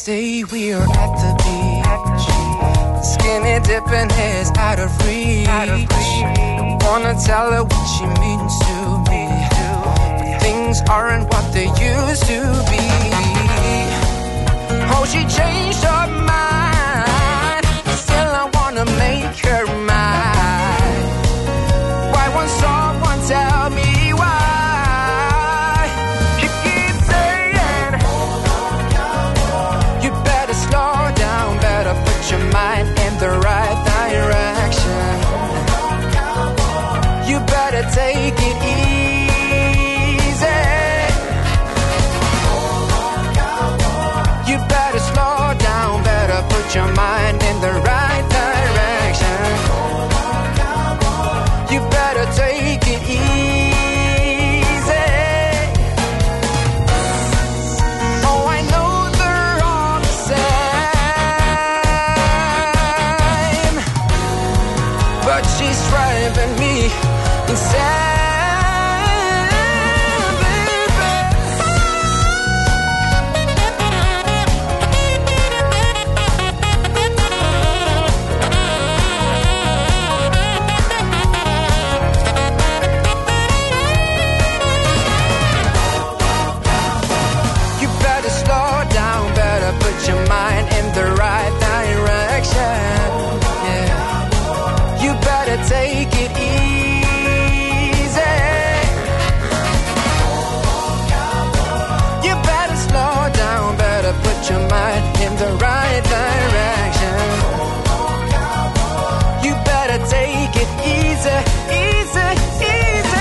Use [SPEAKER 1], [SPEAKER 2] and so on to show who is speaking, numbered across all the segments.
[SPEAKER 1] next day we're at the beach, skinny dipping is out of reach. I wanna tell her what she means to me, but things aren't what they used to be. Oh, she changed her mind, still I wanna make her mine. Why won't someone tell me why? She keeps saying, you better slow down, better put your mind in the right direction. You better take it easy. You better slow down, better put your mind in the right direction. You better take it easy. Oh, I know they're all the same, but she's driving me insane. Your mind in the right direction. Yeah. You better take it easy. You better slow down, better put your mind in the right direction. You better take it easy, easy, easy.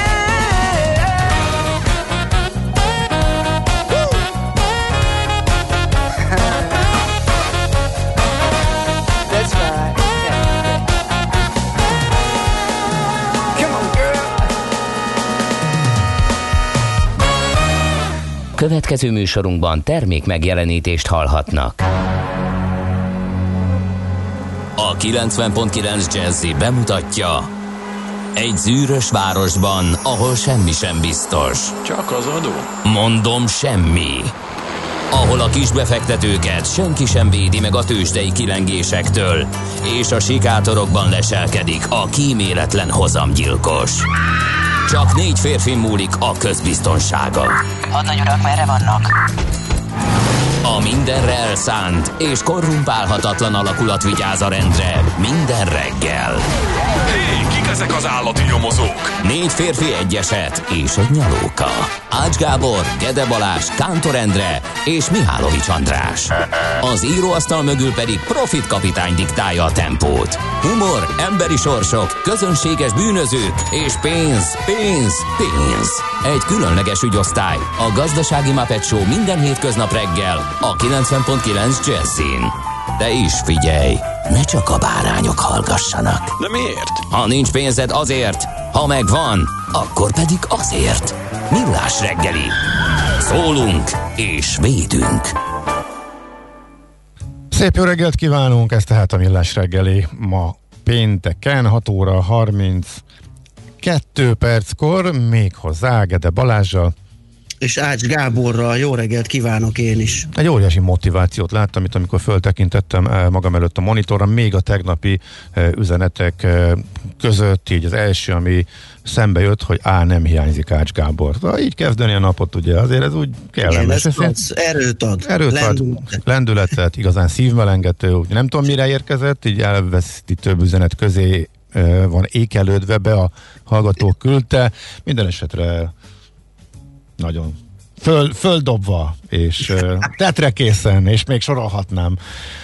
[SPEAKER 2] Következő műsorunkban termék megjelenítést hallhatnak.
[SPEAKER 3] A 90.9 Jazzy bemutatja: egy zűrös városban, ahol semmi sem biztos.
[SPEAKER 4] Csak az adó?
[SPEAKER 3] Mondom, semmi. Ahol a kisbefektetőket senki sem védi meg a tőzsdei kilengésektől, és a sikátorokban leselkedik a kíméletlen hozamgyilkos. Csak 4 férfin múlik a közbiztonsága.
[SPEAKER 5] Hadnagy urak, merre vannak?
[SPEAKER 3] A mindenre elszánt és korrumpálhatatlan alakulat vigyáz a rendre minden reggel.
[SPEAKER 4] Hé, kik ezek az állati nyomozók?
[SPEAKER 3] 4 férfi, egy eset és egy nyalóka. Ács Gábor, Gede Balázs, Kántor Endre és Mihálovics András. Az íróasztal mögül pedig Profit kapitány diktálja a tempót. Humor, emberi sorsok, közönséges bűnözők és pénz, pénz, pénz. Egy különleges ügyosztály, a Gazdasági Muppet Show minden hétköznap reggel a 90.9 Jazzin. De is figyelj, ne csak a bárányok hallgassanak.
[SPEAKER 4] De miért?
[SPEAKER 3] Ha nincs pénzed, azért, ha megvan, akkor pedig azért. Millás reggeli. Szólunk és védünk.
[SPEAKER 6] Szép jó reggelt kívánunk, ez tehát a Millás reggeli ma pénteken 6 óra 32 perckor, még hozzá Gede Balázsral
[SPEAKER 7] és Ács Gáborral. Jó reggelt kívánok én is.
[SPEAKER 6] Egy óriási motivációt láttam itt, amikor föltekintettem magam előtt a monitorra, még a tegnapi üzenetek között, így az első, ami szembe jött, hogy nem hiányzik Ács Gábor. Így kezdeni a napot, ugye, azért ez úgy kellemes.
[SPEAKER 7] Erőt ad.
[SPEAKER 6] Lendületet, igazán szívmelengető, nem tudom mire érkezett, így elveszítő üzenet közé van ékelődve be, a hallgatók küldte, minden esetre nagyon földobva, és tetre készen, és még sorolhatnám.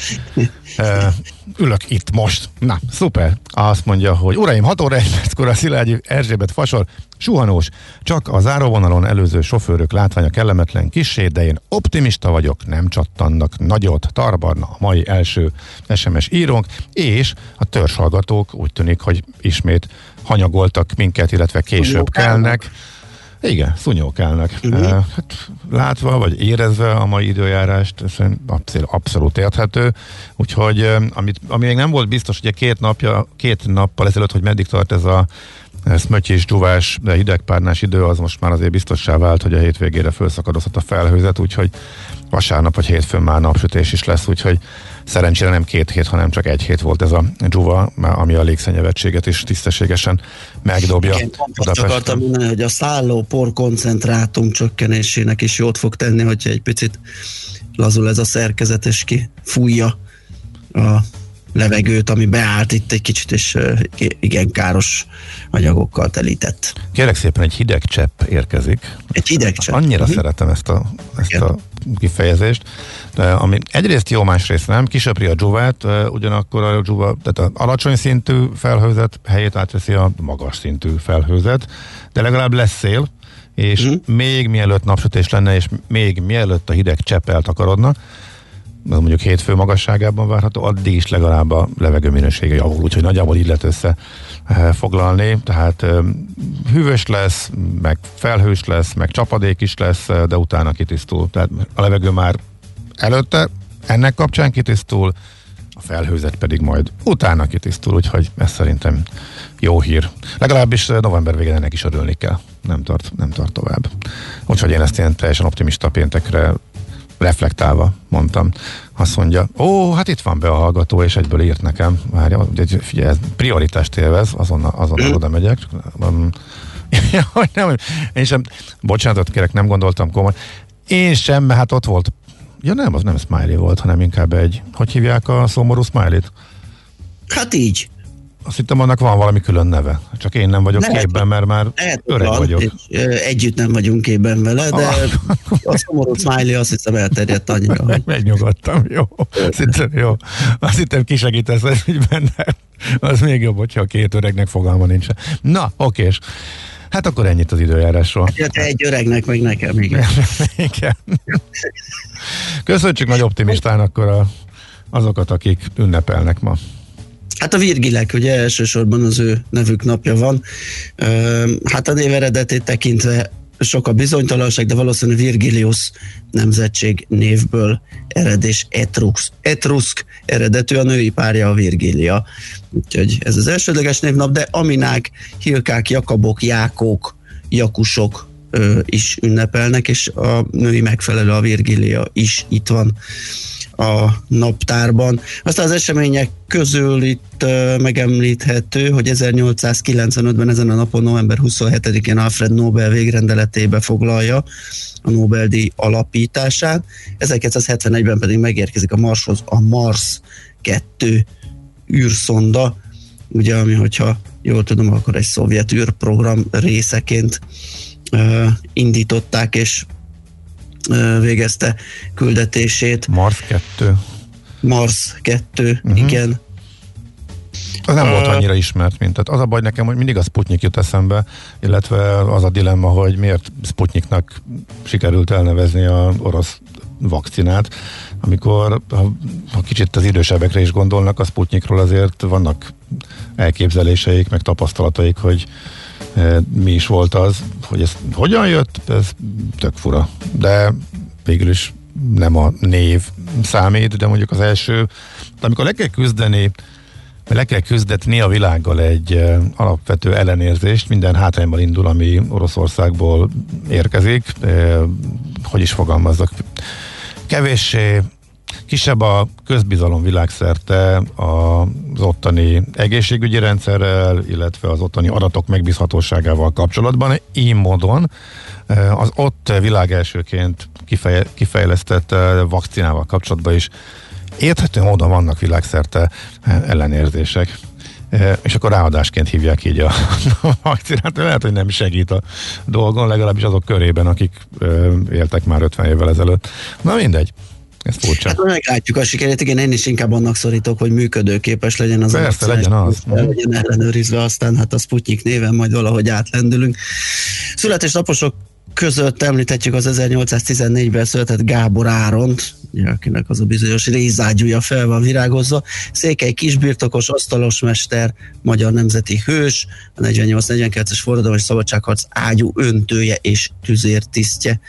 [SPEAKER 6] Ülök itt most. Na, szuper. Azt mondja, hogy uraim, 6 óra 1 perckor a Szilágyi Erzsébet fasor, suhanós, csak a záróvonalon előző sofőrök látványa kellemetlen kissé, de én optimista vagyok, nem csattannak nagyot. Tarbarna a mai első SMS írónk, és a törzshallgatók úgy tűnik, hogy ismét hanyagoltak minket, illetve később kelnek. Igen, szunyókálnak. Hát, látva, vagy érezve a mai időjárást, abszolút érthető. Úgyhogy, ami még nem volt biztos, ugye két nappal ezelőtt, hogy meddig tart ez a szmötyis, dzsuvás, de hidegpárnás idő, az most már azért biztossá vált, hogy a hétvégére felszakadozhat a felhőzet, úgyhogy vasárnap vagy hétfőn már napsütés is lesz, úgyhogy szerencsére nem 2 hét, hanem csak 1 hét volt ez a dzsuva, ami a légszennyezettséget is tisztességesen megdobja.
[SPEAKER 7] Igen, azt akartam mondani, hogy a szálló porkoncentrátum csökkenésének is jót fog tenni, hogyha egy picit lazul ez a szerkezet, és kifújja a levegőt, ami beállt itt egy kicsit, és igen káros anyagokkal telített.
[SPEAKER 6] Kérlek szépen, egy hideg csepp érkezik.
[SPEAKER 7] Egy hideg csepp?
[SPEAKER 6] Annyira szeretem ezt a kifejezést, de ami egyrészt jó, másrészt nem, kisöpri a dzsuvát, ugyanakkor a dzsuva, tehát az alacsony szintű felhőzet helyét átveszi a magas szintű felhőzet, de legalább lesz szél, és még mielőtt napsütés lenne, és még mielőtt a hideg csepp eltakarodna, az mondjuk hétfő magasságában várható, addig is legalább a levegő minősége javul, úgyhogy nagyjából így lehet összefoglalni, tehát hűvös lesz, meg felhős lesz, meg csapadék is lesz, de utána kitisztul, tehát a levegő már előtte ennek kapcsán kitisztul, a felhőzet pedig majd utána kitisztul, úgyhogy ez szerintem jó hír. Legalábbis november végén ennek is örülni kell, nem tart tovább. Úgyhogy én ezt ilyen teljesen optimista péntekre reflektálva mondtam. Azt mondja, hát itt van be a hallgató, és egyből írt nekem. Várja, figyelj, prioritást élvez, azonnal oda megyek. Én sem, bocsánatot kérek, nem gondoltam komoly. Én sem, mert hát ott volt. Ja nem, az nem smiley volt, hanem inkább egy, hogy hívják a szomorú smiley-t?
[SPEAKER 7] Hát így.
[SPEAKER 6] Azt hittem, annak van valami külön neve. Csak én nem vagyok képben, mert már öreg vagyok.
[SPEAKER 7] Együtt nem vagyunk képben vele, de a szomorú smiley azt hiszem elterjedt annyira. Hogy...
[SPEAKER 6] Megnyugodtam, jó. Azt hittem kisegítesz ez ügyben, de az még jobb, hogyha a 2 öregnek fogalma nincs. Na, okés. Hát akkor ennyit az időjárásról.
[SPEAKER 7] Ja, te egy öregnek, meg nekem, igen.
[SPEAKER 6] Igen. Köszönjük nagy optimistán akkor azokat, akik ünnepelnek ma.
[SPEAKER 7] Hát a Virgilek, ugye elsősorban az ő nevük napja van. Hát a név eredetét tekintve sok a bizonytalanság, de valószínűleg Virgilius nemzetség névből ered, és etruszk eredetű, a női párja a Virgilia. Úgyhogy ez az elsődleges névnap, de Aminák, Hilkák, Jakabok, Jákók, Jakusok is ünnepelnek, és a női megfelelő, a Virgilia is itt van a naptárban. Aztán az események közül itt megemlíthető, hogy 1895-ben ezen a napon, november 27-én Alfred Nobel végrendeletébe foglalja a Nobel-díj alapítását. 1971-ben pedig megérkezik a Marshoz a Mars 2 űrszonda, ugye, ami, hogyha jól tudom, akkor egy szovjet űrprogram részeként indították, és végezte küldetését. Mars 2, igen.
[SPEAKER 6] Az nem volt annyira ismert, mint. Tehát az a baj nekem, hogy mindig a Sputnik jut eszembe, illetve az a dilemma, hogy miért Sputniknak sikerült elnevezni az orosz vakcinát, amikor ha kicsit az idősebbekre is gondolnak, a Sputnikról azért vannak elképzeléseik, meg tapasztalataik, hogy mi is volt az, hogy ez hogyan jött, ez tök fura. De végül is nem a név számít, de mondjuk az első, amikor le kell küzdetni a világgal egy alapvető ellenérzést, minden hátrányban indul, ami Oroszországból érkezik, hogy is fogalmazzak, kevéssé kisebb a közbizalom világszerte az ottani egészségügyi rendszerrel, illetve az ottani adatok megbízhatóságával kapcsolatban. Így módon az ott világ elsőként kifejlesztett vakcinával kapcsolatban is érthető módon vannak világszerte ellenérzések. És akkor ráadásként hívják így a vakcinát. Lehet, hogy nem segít a dolgon, legalábbis azok körében, akik éltek már 50 évvel ezelőtt. Na mindegy. Ez furcsa.
[SPEAKER 7] Hát meglátjuk a sikerét, igen, én is inkább annak szorítok, hogy működőképes legyen az.
[SPEAKER 6] Persze, legyen az.
[SPEAKER 7] Legyen ellenőrizve, aztán hát a Sputnik néven majd valahogy átlendülünk. Születésnaposok között említhetjük az 1814-ben született Gábor Áront, akinek az a bizonyos rézágyúja fel van virágozva, székely kisbirtokos, asztalosmester, magyar nemzeti hős, a 48-49-es forradalom és szabadságharc ágyú öntője és tüzértisztje.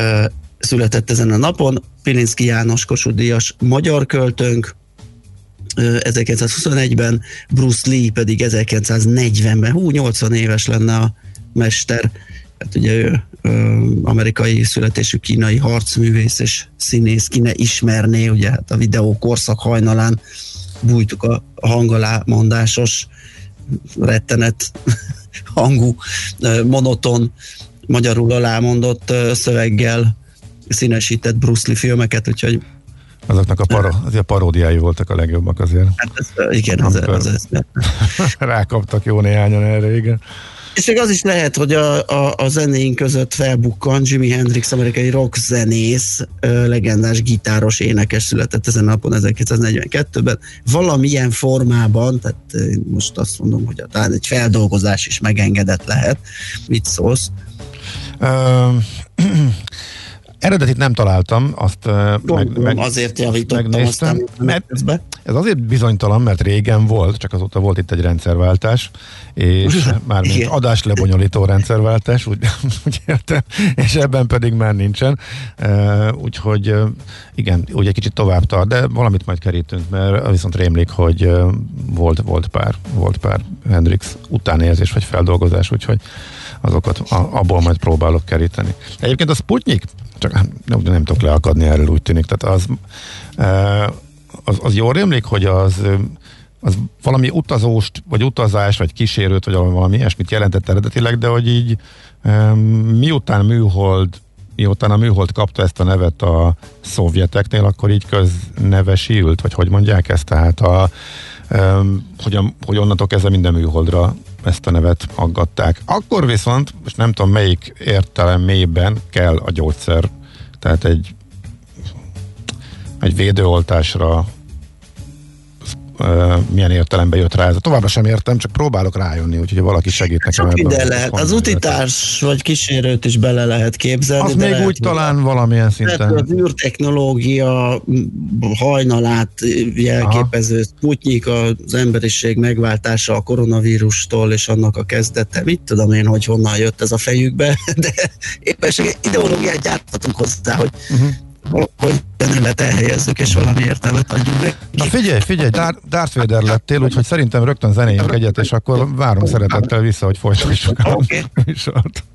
[SPEAKER 7] Született ezen a napon. Pilinszky János Kossuth-díjas magyar költőnk, 1921-ben, Bruce Lee pedig 1940-ben. 80 éves lenne a mester. Hát ugye ő amerikai születésű kínai harcművész és színész, ki ne ismerné, ugye hát a videó korszak hajnalán bújtuk a hang alá mondásos, rettenet hangú, monoton, magyarul alámondott szöveggel színesített Bruce Lee filmeket, úgyhogy
[SPEAKER 6] azoknak a paródiái voltak a legjobbak azért.
[SPEAKER 7] Hát igen, az
[SPEAKER 6] rákaptak jó néhányan erre, igen.
[SPEAKER 7] És még az is lehet, hogy a zenéink között felbukkan Jimi Hendrix, amerikai rock zenész, legendás gitáros, énekes, született ezen napon 1942-ben. Valamilyen formában, tehát most azt mondom, hogy talán egy feldolgozás is megengedett lehet. Mit szólsz?
[SPEAKER 6] Eredetit nem találtam, azt
[SPEAKER 7] azért javítottam, aztán
[SPEAKER 6] ez azért bizonytalan, mert régen volt, csak azóta volt itt egy rendszerváltás, és mármint adáslebonyolító rendszerváltás, úgy értem, és ebben pedig már nincsen, úgyhogy igen, úgy egy kicsit tovább tart, de valamit majd kerítünk, mert viszont rémlik, hogy volt pár Hendrix utánérzés vagy feldolgozás, úgyhogy azokat abból majd próbálok keríteni. Egyébként a Sputnik, csak nem tudok leakadni erről, úgy tűnik, tehát az jól rémlik, hogy az valami utazóst, vagy utazás, vagy kísérőt, vagy valami ilyesmit jelentett eredetileg, de hogy így miután a műhold kapta ezt a nevet a szovjeteknél, akkor így köznevesült, vagy hogy mondják ezt, tehát hogy onnantól kezdve minden műholdra ezt a nevet aggatták. Akkor viszont, most nem tudom melyik értelemében kell a gyógyszer, tehát egy védőoltásra milyen értelemben jött rá ez. Továbbra sem értem, csak próbálok rájönni, úgyhogy valaki segít nekem ebben.
[SPEAKER 7] Ide lehet. Az utitárs vagy kísérőt is bele lehet képzelni.
[SPEAKER 6] Az még úgy talán valamilyen szinten.
[SPEAKER 7] Az űrtechnológia hajnalát jelképező Sputnik, az emberiség megváltása a koronavírustól és annak a kezdete. Mit tudom én, hogy honnan jött ez a fejükbe, de éppen ideológiát gyártatunk hozzá, hogy hogy bennület elhelyezzük, és valami értelmet adjuk meg.
[SPEAKER 6] Na figyelj, Darth Vader lettél, úgyhogy szerintem rögtön zenéljünk egyet, és akkor várom szeretettel vissza, hogy folytassuk a műsort.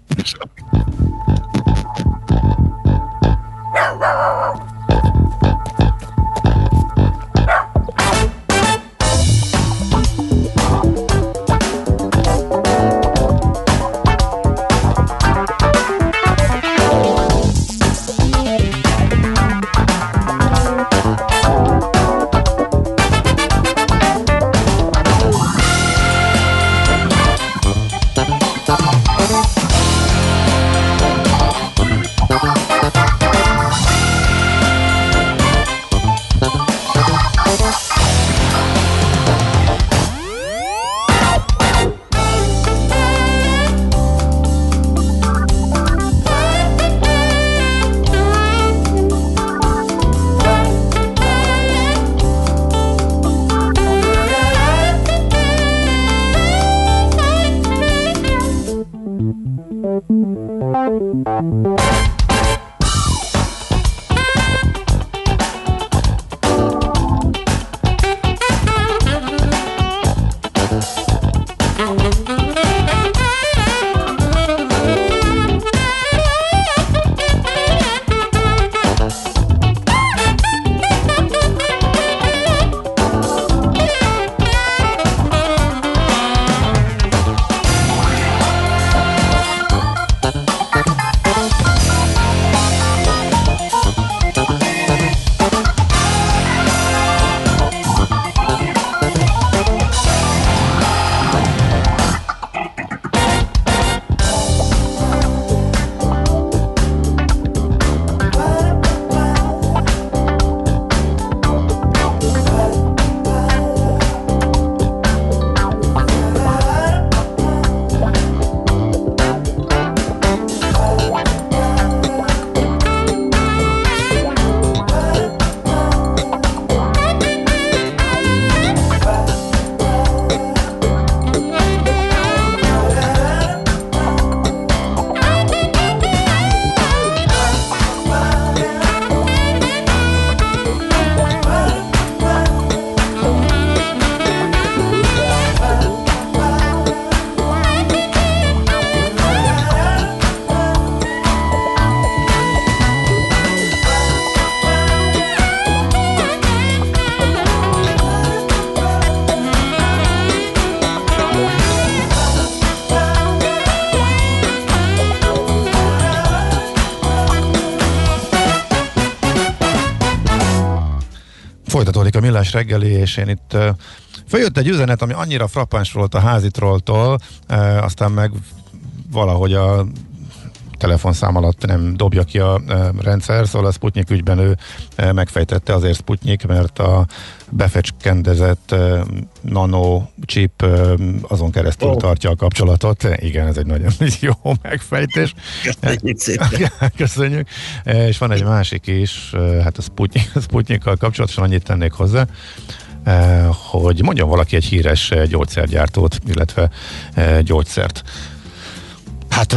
[SPEAKER 6] Folytatódik a Millás reggeli, és én itt följött egy üzenet, ami annyira frappáns volt a házitrolltól, aztán meg valahogy a telefonszám alatt nem dobja ki a rendszer, szóval a Sputnik ügyben ő megfejtette, azért Sputnik, mert a befecskendezett nanochip azon keresztül tartja a kapcsolatot. Igen, ez egy nagyon jó megfejtés.
[SPEAKER 7] Köszönjük szépen.
[SPEAKER 6] Köszönjük. És van egy másik is, hát a Sputnikkal kapcsolatosan annyit tennék hozzá, hogy mondjon valaki egy híres gyógyszergyártót, illetve gyógyszert. Hát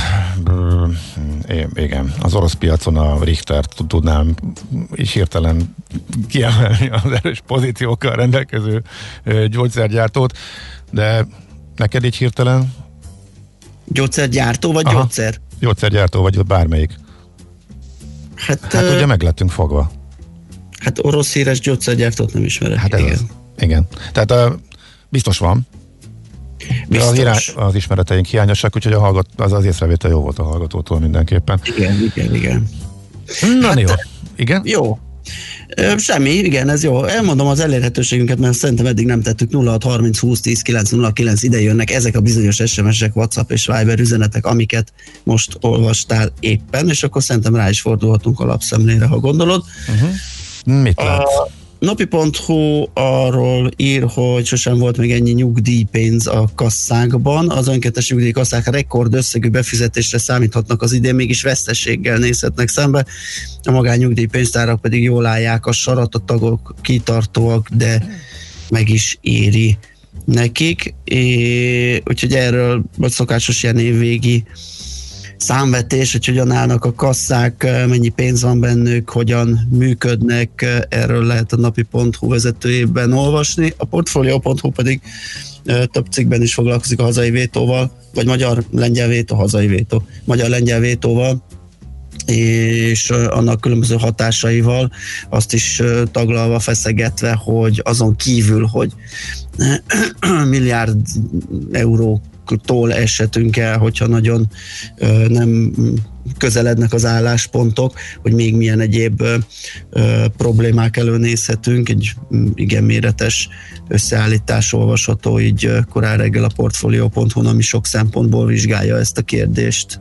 [SPEAKER 6] igen, az orosz piacon a Richtert tudnám is hirtelen kiemelni az erős pozíciókkal rendelkező gyógyszergyártót, de neked így hirtelen?
[SPEAKER 7] Gyógyszergyártó vagy gyógyszer?
[SPEAKER 6] Gyógyszergyártó vagy bármelyik. Hát ugye meg lettünk fogva.
[SPEAKER 7] Hát orosz híres gyógyszergyártót nem ismerek.
[SPEAKER 6] Hát ez igen. Tehát biztos van. Az ismereteink hiányosak, úgyhogy az észrevétel jó volt a hallgatótól mindenképpen.
[SPEAKER 7] Igen.
[SPEAKER 6] Na hát, jó. Igen?
[SPEAKER 7] Jó. Semmi, igen, ez jó. Elmondom az elérhetőségünket, mert szerintem eddig nem tettük. 0630 20 10 909 ide jönnek ezek a bizonyos SMS-ek, WhatsApp és Viber üzenetek, amiket most olvastál éppen, és akkor szerintem rá is fordulhatunk a lapszemlére, ha gondolod.
[SPEAKER 6] Mit látsz?
[SPEAKER 7] Napi.hu arról ír, hogy sosem volt még ennyi nyugdíjpénz a kasszákban. Az önkéntes nyugdíjkasszák rekord összegű befizetésre számíthatnak az idén, mégis veszteséggel nézhetnek szembe. A magánnyugdíjpénztárak pedig jól állják a sarat, a tagok kitartóak, de meg is éri nekik. Úgyhogy erről vagy szokásos ilyen évvégi számvetés, hogy hogyan állnak a kasszák, mennyi pénz van bennük, hogyan működnek, erről lehet a napi.hu vezetőjében olvasni. A portfolio.hu pedig több cikkben is foglalkozik a hazai vétóval, vagy magyar-lengyel vétó, hazai vétó, magyar-lengyel vétóval, és annak különböző hatásaival, azt is taglalva, feszegetve, hogy azon kívül, hogy milliárd eurótól eshetünk el, hogyha nagyon nem közelednek az álláspontok, hogy még milyen egyéb problémák előnézhetünk. Egy igen méretes összeállítás olvasható így korán reggel a portfolio.hu, ami sok szempontból vizsgálja ezt a kérdést.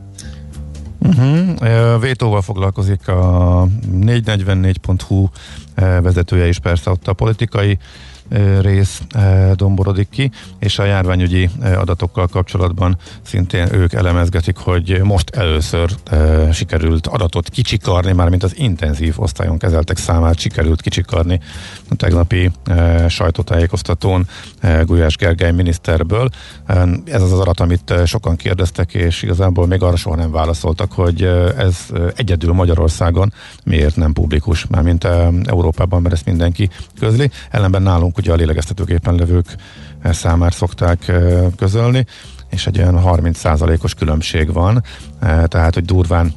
[SPEAKER 6] Vétóval foglalkozik a 444.hu vezetője is, persze ott a politikai rész domborodik ki, és a járványügyi adatokkal kapcsolatban szintén ők elemezgetik, hogy most először sikerült adatot kicsikarni, mármint az intenzív osztályon kezeltek számát sikerült kicsikarni a tegnapi sajtótájékoztatón Gulyás Gergely miniszterből. Ez az adat, amit sokan kérdeztek, és igazából még arra soha nem válaszoltak, hogy ez egyedül Magyarországon miért nem publikus, mármint Európában, mert ezt mindenki közli. Ellenben nálunk ugye a lélegeztetőgépen levők számát szokták közölni, és egy olyan 30%-os különbség van, tehát hogy durván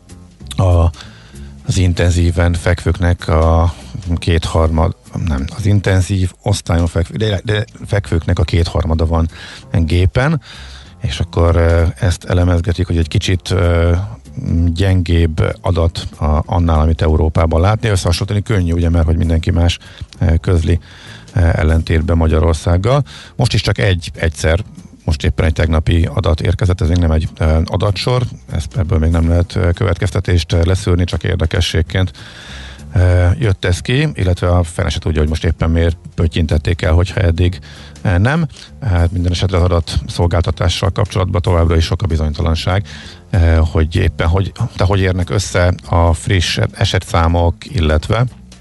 [SPEAKER 6] az intenzíven fekvőknek az intenzív osztályon fekvőknek a 2/3 van gépen, és akkor ezt elemezgetik, hogy egy kicsit gyengébb adat annál, amit Európában látni. Összehasonlítani könnyű, ugye, mert hogy mindenki más közli ellentétben Magyarországgal. Most is csak egyszer, most éppen egy tegnapi adat érkezett, ez még nem egy adatsor, ebből még nem lehet következtetést leszűrni, csak érdekességként jött ez ki, illetve a fene se tudja, hogy most éppen miért pöttyintették el, hogyha eddig nem. Hát minden esetre az adatszolgáltatással kapcsolatban továbbra is sok a bizonytalanság, hogy éppen hogy érnek össze a friss esetszámok, illetve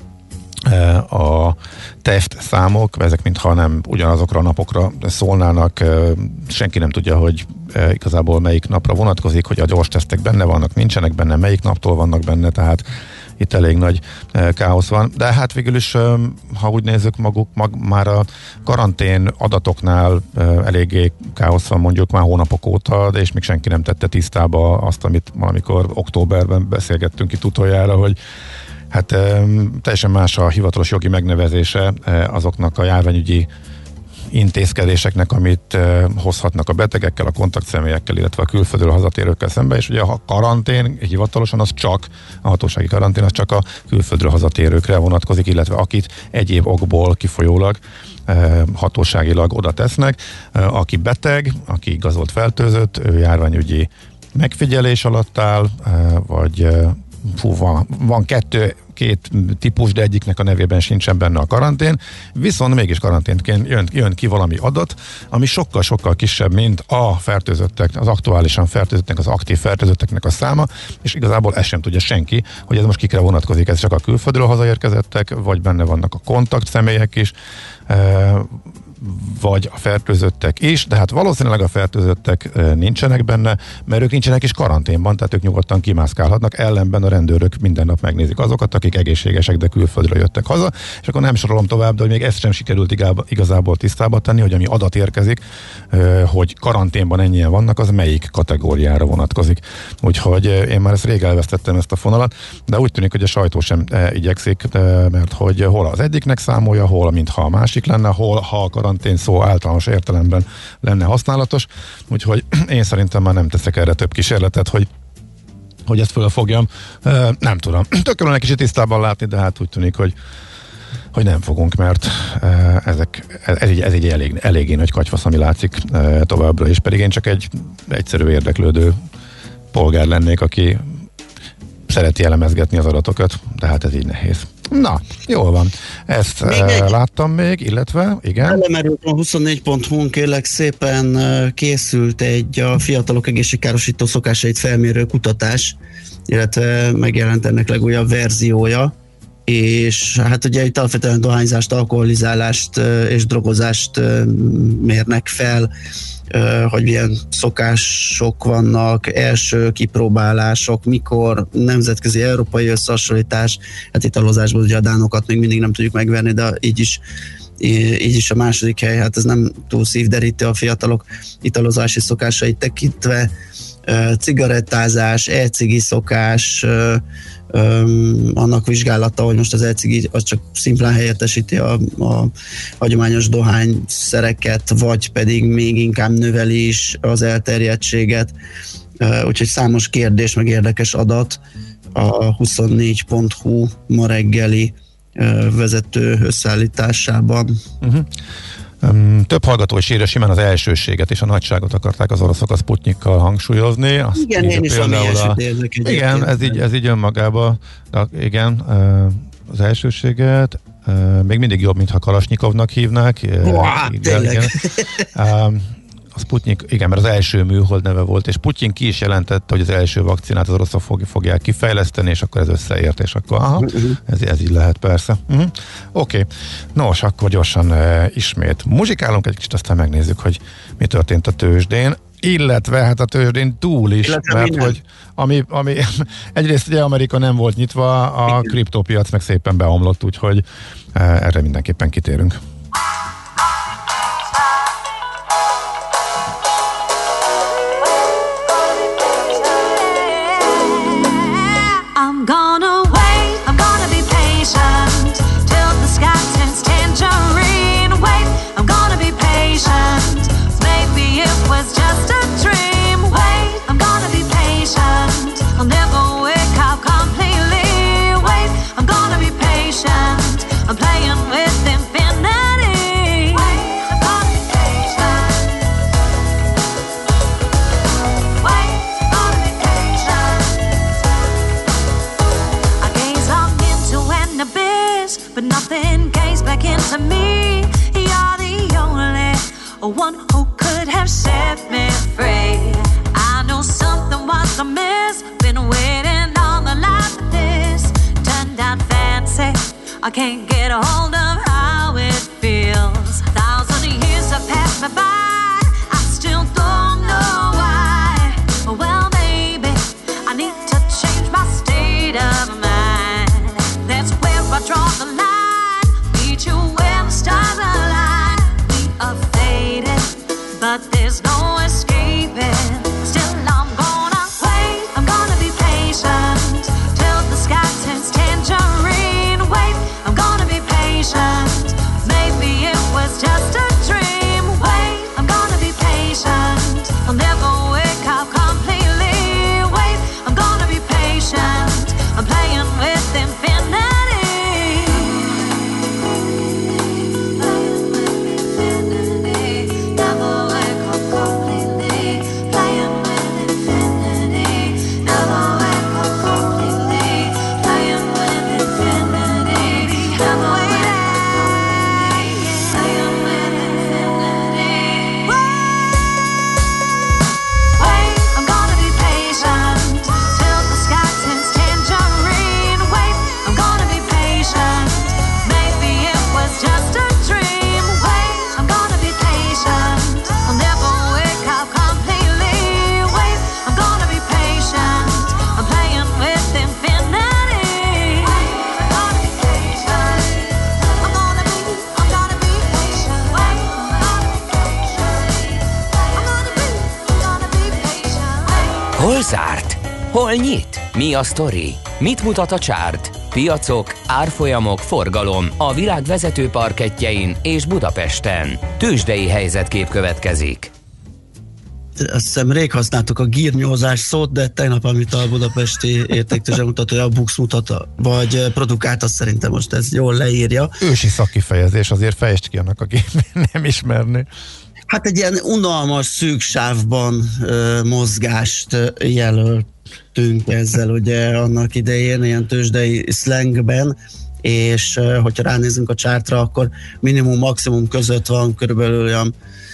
[SPEAKER 6] a test számok, ezek mintha nem ugyanazokra a napokra szólnának, senki nem tudja, hogy igazából melyik napra vonatkozik, hogy a gyors tesztek benne vannak, nincsenek benne, melyik naptól vannak benne, tehát itt elég nagy káosz van. De hát végül is, ha úgy nézzük már a karantén adatoknál eléggé káosz van mondjuk már hónapok óta, de és még senki nem tette tisztába azt, amit valamikor októberben beszélgettünk itt utoljára, hogy hát teljesen más a hivatalos jogi megnevezése azoknak a járványügyi intézkedéseknek, amit hozhatnak a betegekkel, a kontaktszemélyekkel, illetve a külföldről hazatérőkkel szemben, és ugye a karantén hivatalosan az csak, a hatósági karantén az csak a külföldről hazatérőkre vonatkozik, illetve akit egyéb okból kifolyólag hatóságilag oda tesznek. Aki beteg, aki igazolt fertőzött, ő járványügyi megfigyelés alatt áll, vagy van két típus, de egyiknek a nevében sincsen benne a karantén, viszont mégis karanténként jön ki valami adat, ami sokkal-sokkal kisebb, mint a fertőzöttek, az aktuálisan fertőzöttek, az aktív fertőzötteknek a száma, és igazából ezt sem tudja senki, hogy ez most kikre vonatkozik, ez csak a külföldről hazaérkezettek, vagy benne vannak a kontakt személyek is, vagy a fertőzöttek is, de hát valószínűleg a fertőzöttek nincsenek benne, mert ők nincsenek is karanténban, tehát ők nyugodtan kimászkálhatnak, ellenben a rendőrök minden nap megnézik azokat, akik egészségesek, de külföldről jöttek haza, és akkor nem sorolom tovább, de hogy még ezt sem sikerült igazából tisztába tenni, hogy ami adat érkezik, hogy karanténban ennyien vannak, az melyik kategóriára vonatkozik. Úgyhogy én már ezt rég elvesztettem ezt a fonalat, de úgy tűnik, hogy a sajtó sem igyekszik, mert hogy hol az egyiknek számolja, hol mintha a másik lenne, hol ha a karantén szó általános értelemben lenne használatos, úgyhogy én szerintem már nem teszek erre több kísérletet, hogy ezt fölfogjam. Nem tudom. Tökölön egy kicsit tisztában látni, de hát úgy tűnik, hogy nem fogunk, mert ez egy eléggé nagy katyfasz, ami látszik továbbra is, pedig én csak egy egyszerű érdeklődő polgár lennék, aki szereti elemezgetni az adatokat, de hát ez így nehéz. Na, jól van. Ezt láttam még, illetve, igen.
[SPEAKER 7] Elemerült a 24.hu-n, kérlek szépen készült egy a fiatalok egészségkárosító szokásait felmérő kutatás, illetve megjelent ennek legújabb verziója, és hát ugye itt alapvetően dohányzást, alkoholizálást és drogozást mérnek fel, hogy milyen szokások vannak, első kipróbálások, mikor, nemzetközi, európai összehasonlítás, hát italozásban ugye a dánokat még mindig nem tudjuk megverni, de így is a második hely, hát ez nem túl szívderítő a fiatalok italozási szokásait tekintve, cigarettázás, e-cigi szokás, annak vizsgálata, hogy most az e-cigi az csak szimplán helyettesíti a hagyományos dohányszereket, vagy pedig még inkább növeli is az elterjedtséget. Úgyhogy számos kérdés, meg érdekes adat a 24.hu ma reggeli vezető összeállításában.
[SPEAKER 6] Több hallgató is írja, simán az elsőséget és a nagyságot akarták az oroszok a Sputnikkal hangsúlyozni. Azt
[SPEAKER 7] igen, én is valami elsőt érzek.
[SPEAKER 6] Igen, ez így önmagában, igen, az elsőséget, még mindig jobb, mintha Kalasnyikovnak hívnák.
[SPEAKER 7] Tényleg.
[SPEAKER 6] A Sputnik, igen, mert az első műhold neve volt, és Putyin ki is jelentette, hogy az első vakcinát az oroszok fogják kifejleszteni, és akkor ez összeért, és akkor ez így lehet persze. Oké. Nos, akkor gyorsan ismét muzsikálunk egy kicsit, aztán megnézzük, hogy mi történt a tőzsdén, illetve hát a tőzsdén túl is, mert hogy ami egyrészt ugye Amerika nem volt nyitva, a kriptópiac meg szépen beomlott, úgyhogy erre mindenképpen kitérünk.
[SPEAKER 8] To me, you're the only one who could have set me free. I know something was amiss, been waiting on the line for this. Turned out fancy, I can't get a hold of how it feels. 1,000 years have passed me by, I still don't know why. Well, maybe I need to change my state of mind. That's where I draw the line. You when the stars align, we are faded, but there's no escaping. Still I'm gonna wait, I'm gonna be patient till the sky turns tangerine. Wait, I'm gonna be patient. Maybe it was just a dream.
[SPEAKER 2] zárt? Hol nyit? Mi a sztori? Mit mutat a csárt? Piacok, árfolyamok, forgalom a világ vezető parkettjein és Budapesten. Tőzsdei helyzetkép következik.
[SPEAKER 7] Azt hiszem rég használtuk a gírnyózás szót, de tegnap, amit a budapesti értéktőzsde mutatója, a BUX mutatta, vagy produkált, azt szerintem most ez jól leírja.
[SPEAKER 6] Ősi szakkifejezés, azért fejtsd ki annak, aki nem ismerni.
[SPEAKER 7] Hát egy ilyen unalmas szűk sávban mozgást jelöltünk ezzel ugye annak idején, ilyen tőzsdei szlengben, és hogyha ránézünk a csártra, akkor minimum-maximum között van körülbelül olyan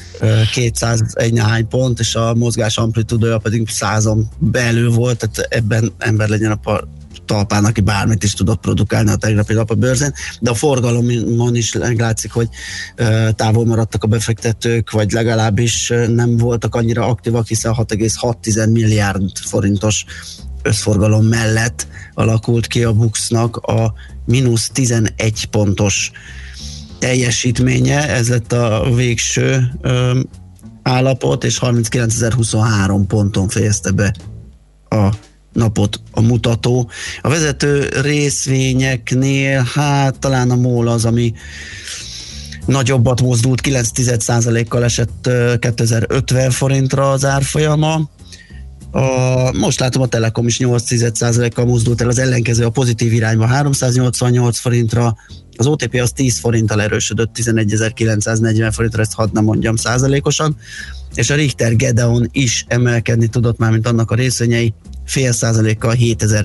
[SPEAKER 7] 201 néhány pont, és a mozgás amplitúdója pedig 100-on belül volt, tehát ebben ember legyen a talpán, aki bármit is tudott produkálni a tegnapi nap a bőrzén, de a forgalomon is látszik, hogy távol maradtak a befektetők, vagy legalábbis nem voltak annyira aktívak, hiszen 6,6 milliárd forintos összforgalom mellett alakult ki a BUX-nak a mínusz 11 pontos teljesítménye, ez lett a végső állapot, és 39.023 ponton fejezte be a napot a mutató. A vezető részvényeknél, hát talán a MOL az, ami nagyobbat mozdult, 9,1%-kal esett 2050 forintra az árfolyama. Most látom, a Telekom is 8,1%-kal mozdult el, az ellenkező a pozitív irányba 388 forintra, az OTP az 10 forinttal erősödött 11.940 forintra, ezt hadd nem mondjam százalékosan, és a Richter Gedeon is emelkedni tudott már, mint annak a részvényei, 0,5%-kal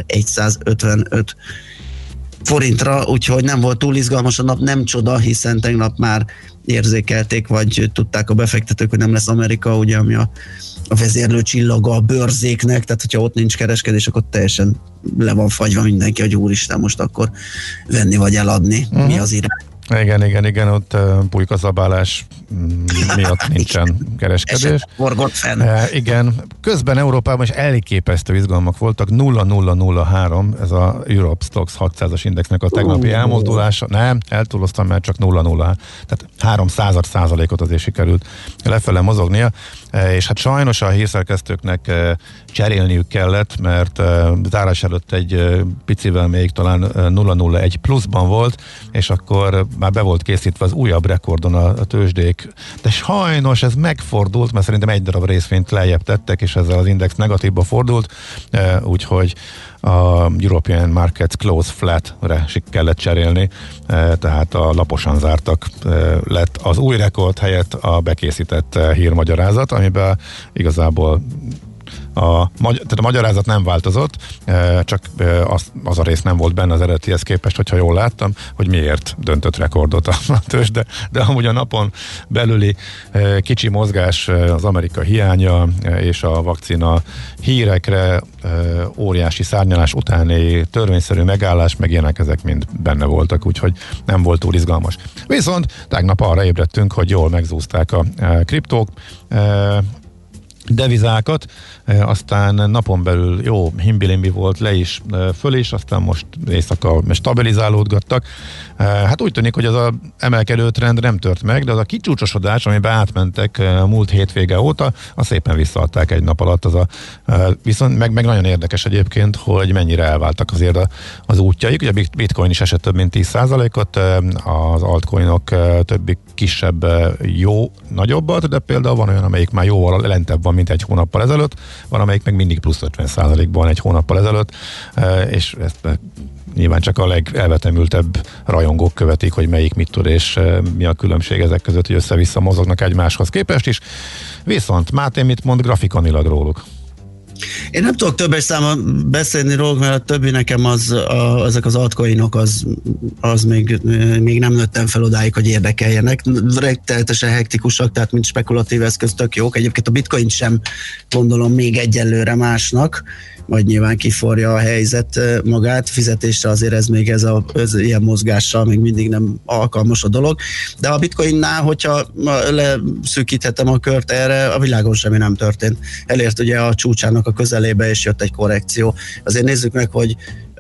[SPEAKER 7] 7155 forintra, úgyhogy nem volt túl izgalmas a nap, nem csoda, hiszen tegnap már érzékelték, vagy tudták a befektetők, hogy nem lesz Amerika, ugye, ami a vezérlő csillaga a bőrzéknek, tehát hogyha ott nincs kereskedés, akkor teljesen le van fagyva mindenki, hogy úristen, most akkor venni vagy eladni. Mi az irány?
[SPEAKER 6] Igen, ott pulykazabálás miatt nincsen kereskedés.
[SPEAKER 7] Forgott fenn.
[SPEAKER 6] Igen, közben Európában is elképesztő izgalmak voltak, 0,003, ez a Europe Stocks 600-as indexnek a tegnapi elmozdulása, nem, eltúloztam, mert csak 0,0, tehát 300%-ot azért sikerült lefele mozognia, és hát sajnos a hírszerkesztőknek cserélniük kellett, mert zárás előtt egy picivel még talán 0,01 pluszban volt, és akkor már be volt készítve az újabb rekordon a tőzsdék, de sajnos ez megfordult, mert szerintem egy darab részvényt lejjebb tettek, és ezzel az index negatívba fordult, úgyhogy a European Markets Close Flat-re kellett cserélni, tehát a laposan zártak lett az új rekord helyett a bekészített hírmagyarázat, amiben igazából tehát a magyarázat nem változott, csak az a rész nem volt benne az eredetihez képest, hogyha jól láttam, hogy miért döntött rekordot a tőzsde, de amúgy a napon belüli kicsi mozgás, az Amerika hiánya és a vakcina hírekre óriási szárnyalás utáni törvényszerű megállás, meg ilyenek, ezek mind benne voltak, úgyhogy nem volt túl izgalmas. Viszont tegnap arra ébredtünk, hogy jól megzúzták a kriptók, devizákat, aztán napon belül jó himbilimbi volt, le is, föl is, aztán most éjszaka stabilizálódgattak. Hát úgy tűnik, hogy az a emelkedő trend nem tört meg, de az a kicsúcsosodás, amiben átmentek múlt hétvége óta, azt szépen visszaadták egy nap alatt. Viszont meg nagyon érdekes egyébként, hogy mennyire elváltak azért az útjaik. Ugye a Bitcoin is esett több mint 10%-ot, az altcoinok többi kisebb jó nagyobbat, de például van olyan, amelyik már jóval lentebb van, mint egy hónappal ezelőtt, van, amelyik meg mindig plusz 50%-ban egy hónappal ezelőtt, és ezt nyilván csak a legelvetemültebb rajongók követik, hogy melyik mit tud, és mi a különbség ezek között, hogy össze-vissza mozognak egymáshoz képest is. Viszont Máté mit mond grafikanilag róluk?
[SPEAKER 7] Én nem tudok többes számon beszélni róluk, mert a többi nekem ezek az altcoinok az még nem nőttem fel odáig, hogy érdekeljenek. Rettenetesen hektikusak, tehát mint spekulatív eszköz tök jók. Egyébként a bitcoin sem gondolom még egyelőre másnak, majd nyilván kiforja a helyzet magát, fizetésre azért ez ilyen mozgással még mindig nem alkalmas a dolog, de a bitcoinnál, hogyha leszűkíthetem a kört erre, a világon semmi nem történt. Elért ugye a csúcsának a közelébe, és jött egy korrekció. Azért nézzük meg, hogy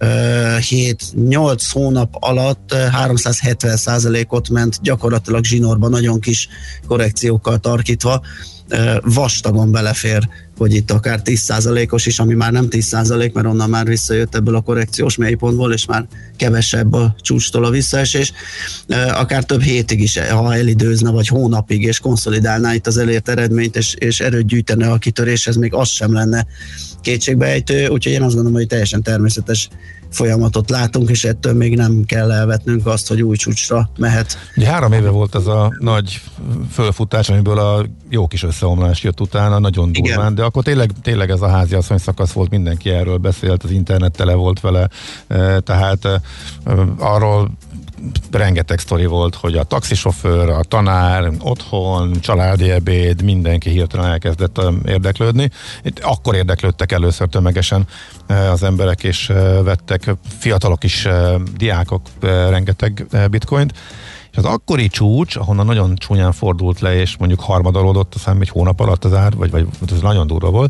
[SPEAKER 7] 7-8 hónap alatt 370%-ot ment gyakorlatilag zsinórban, nagyon kis korrekciókkal tarkítva, vastagon belefér hogy itt akár 10%-os is, ami már nem 10%, mert onnan már visszajött ebből a korrekciós mélypontból, és már kevesebb a csúcstól a visszaesés, akár több hétig is, ha elidőzne, vagy hónapig, és konszolidálná itt az elért eredményt, és erőt gyűjtene a kitöréshez, még az sem lenne kétségbeejtő, úgyhogy én azt gondolom, hogy teljesen természetes folyamatot látunk, és ettől még nem kell elvetnünk azt, hogy új csúcsra mehet.
[SPEAKER 6] Ugye 3 éve volt ez a nagy fölfutás, amiből a jó kis összeomlás jött utána, nagyon durván, de akkor tényleg ez a háziasszony szakasz volt, mindenki erről beszélt, az internet tele volt vele, tehát arról rengeteg sztori volt, hogy a taxisofőr, a tanár, otthon, családi ebéd, mindenki hirtelen elkezdett érdeklődni. Itt akkor érdeklődtek először tömegesen az emberek, és vettek fiatalok is, diákok rengeteg bitcoint, és az akkori csúcs, ahonnan nagyon csúnyán fordult le, és mondjuk harmadolódott, aztán egy hónap alatt az ár, vagy ez nagyon durva volt,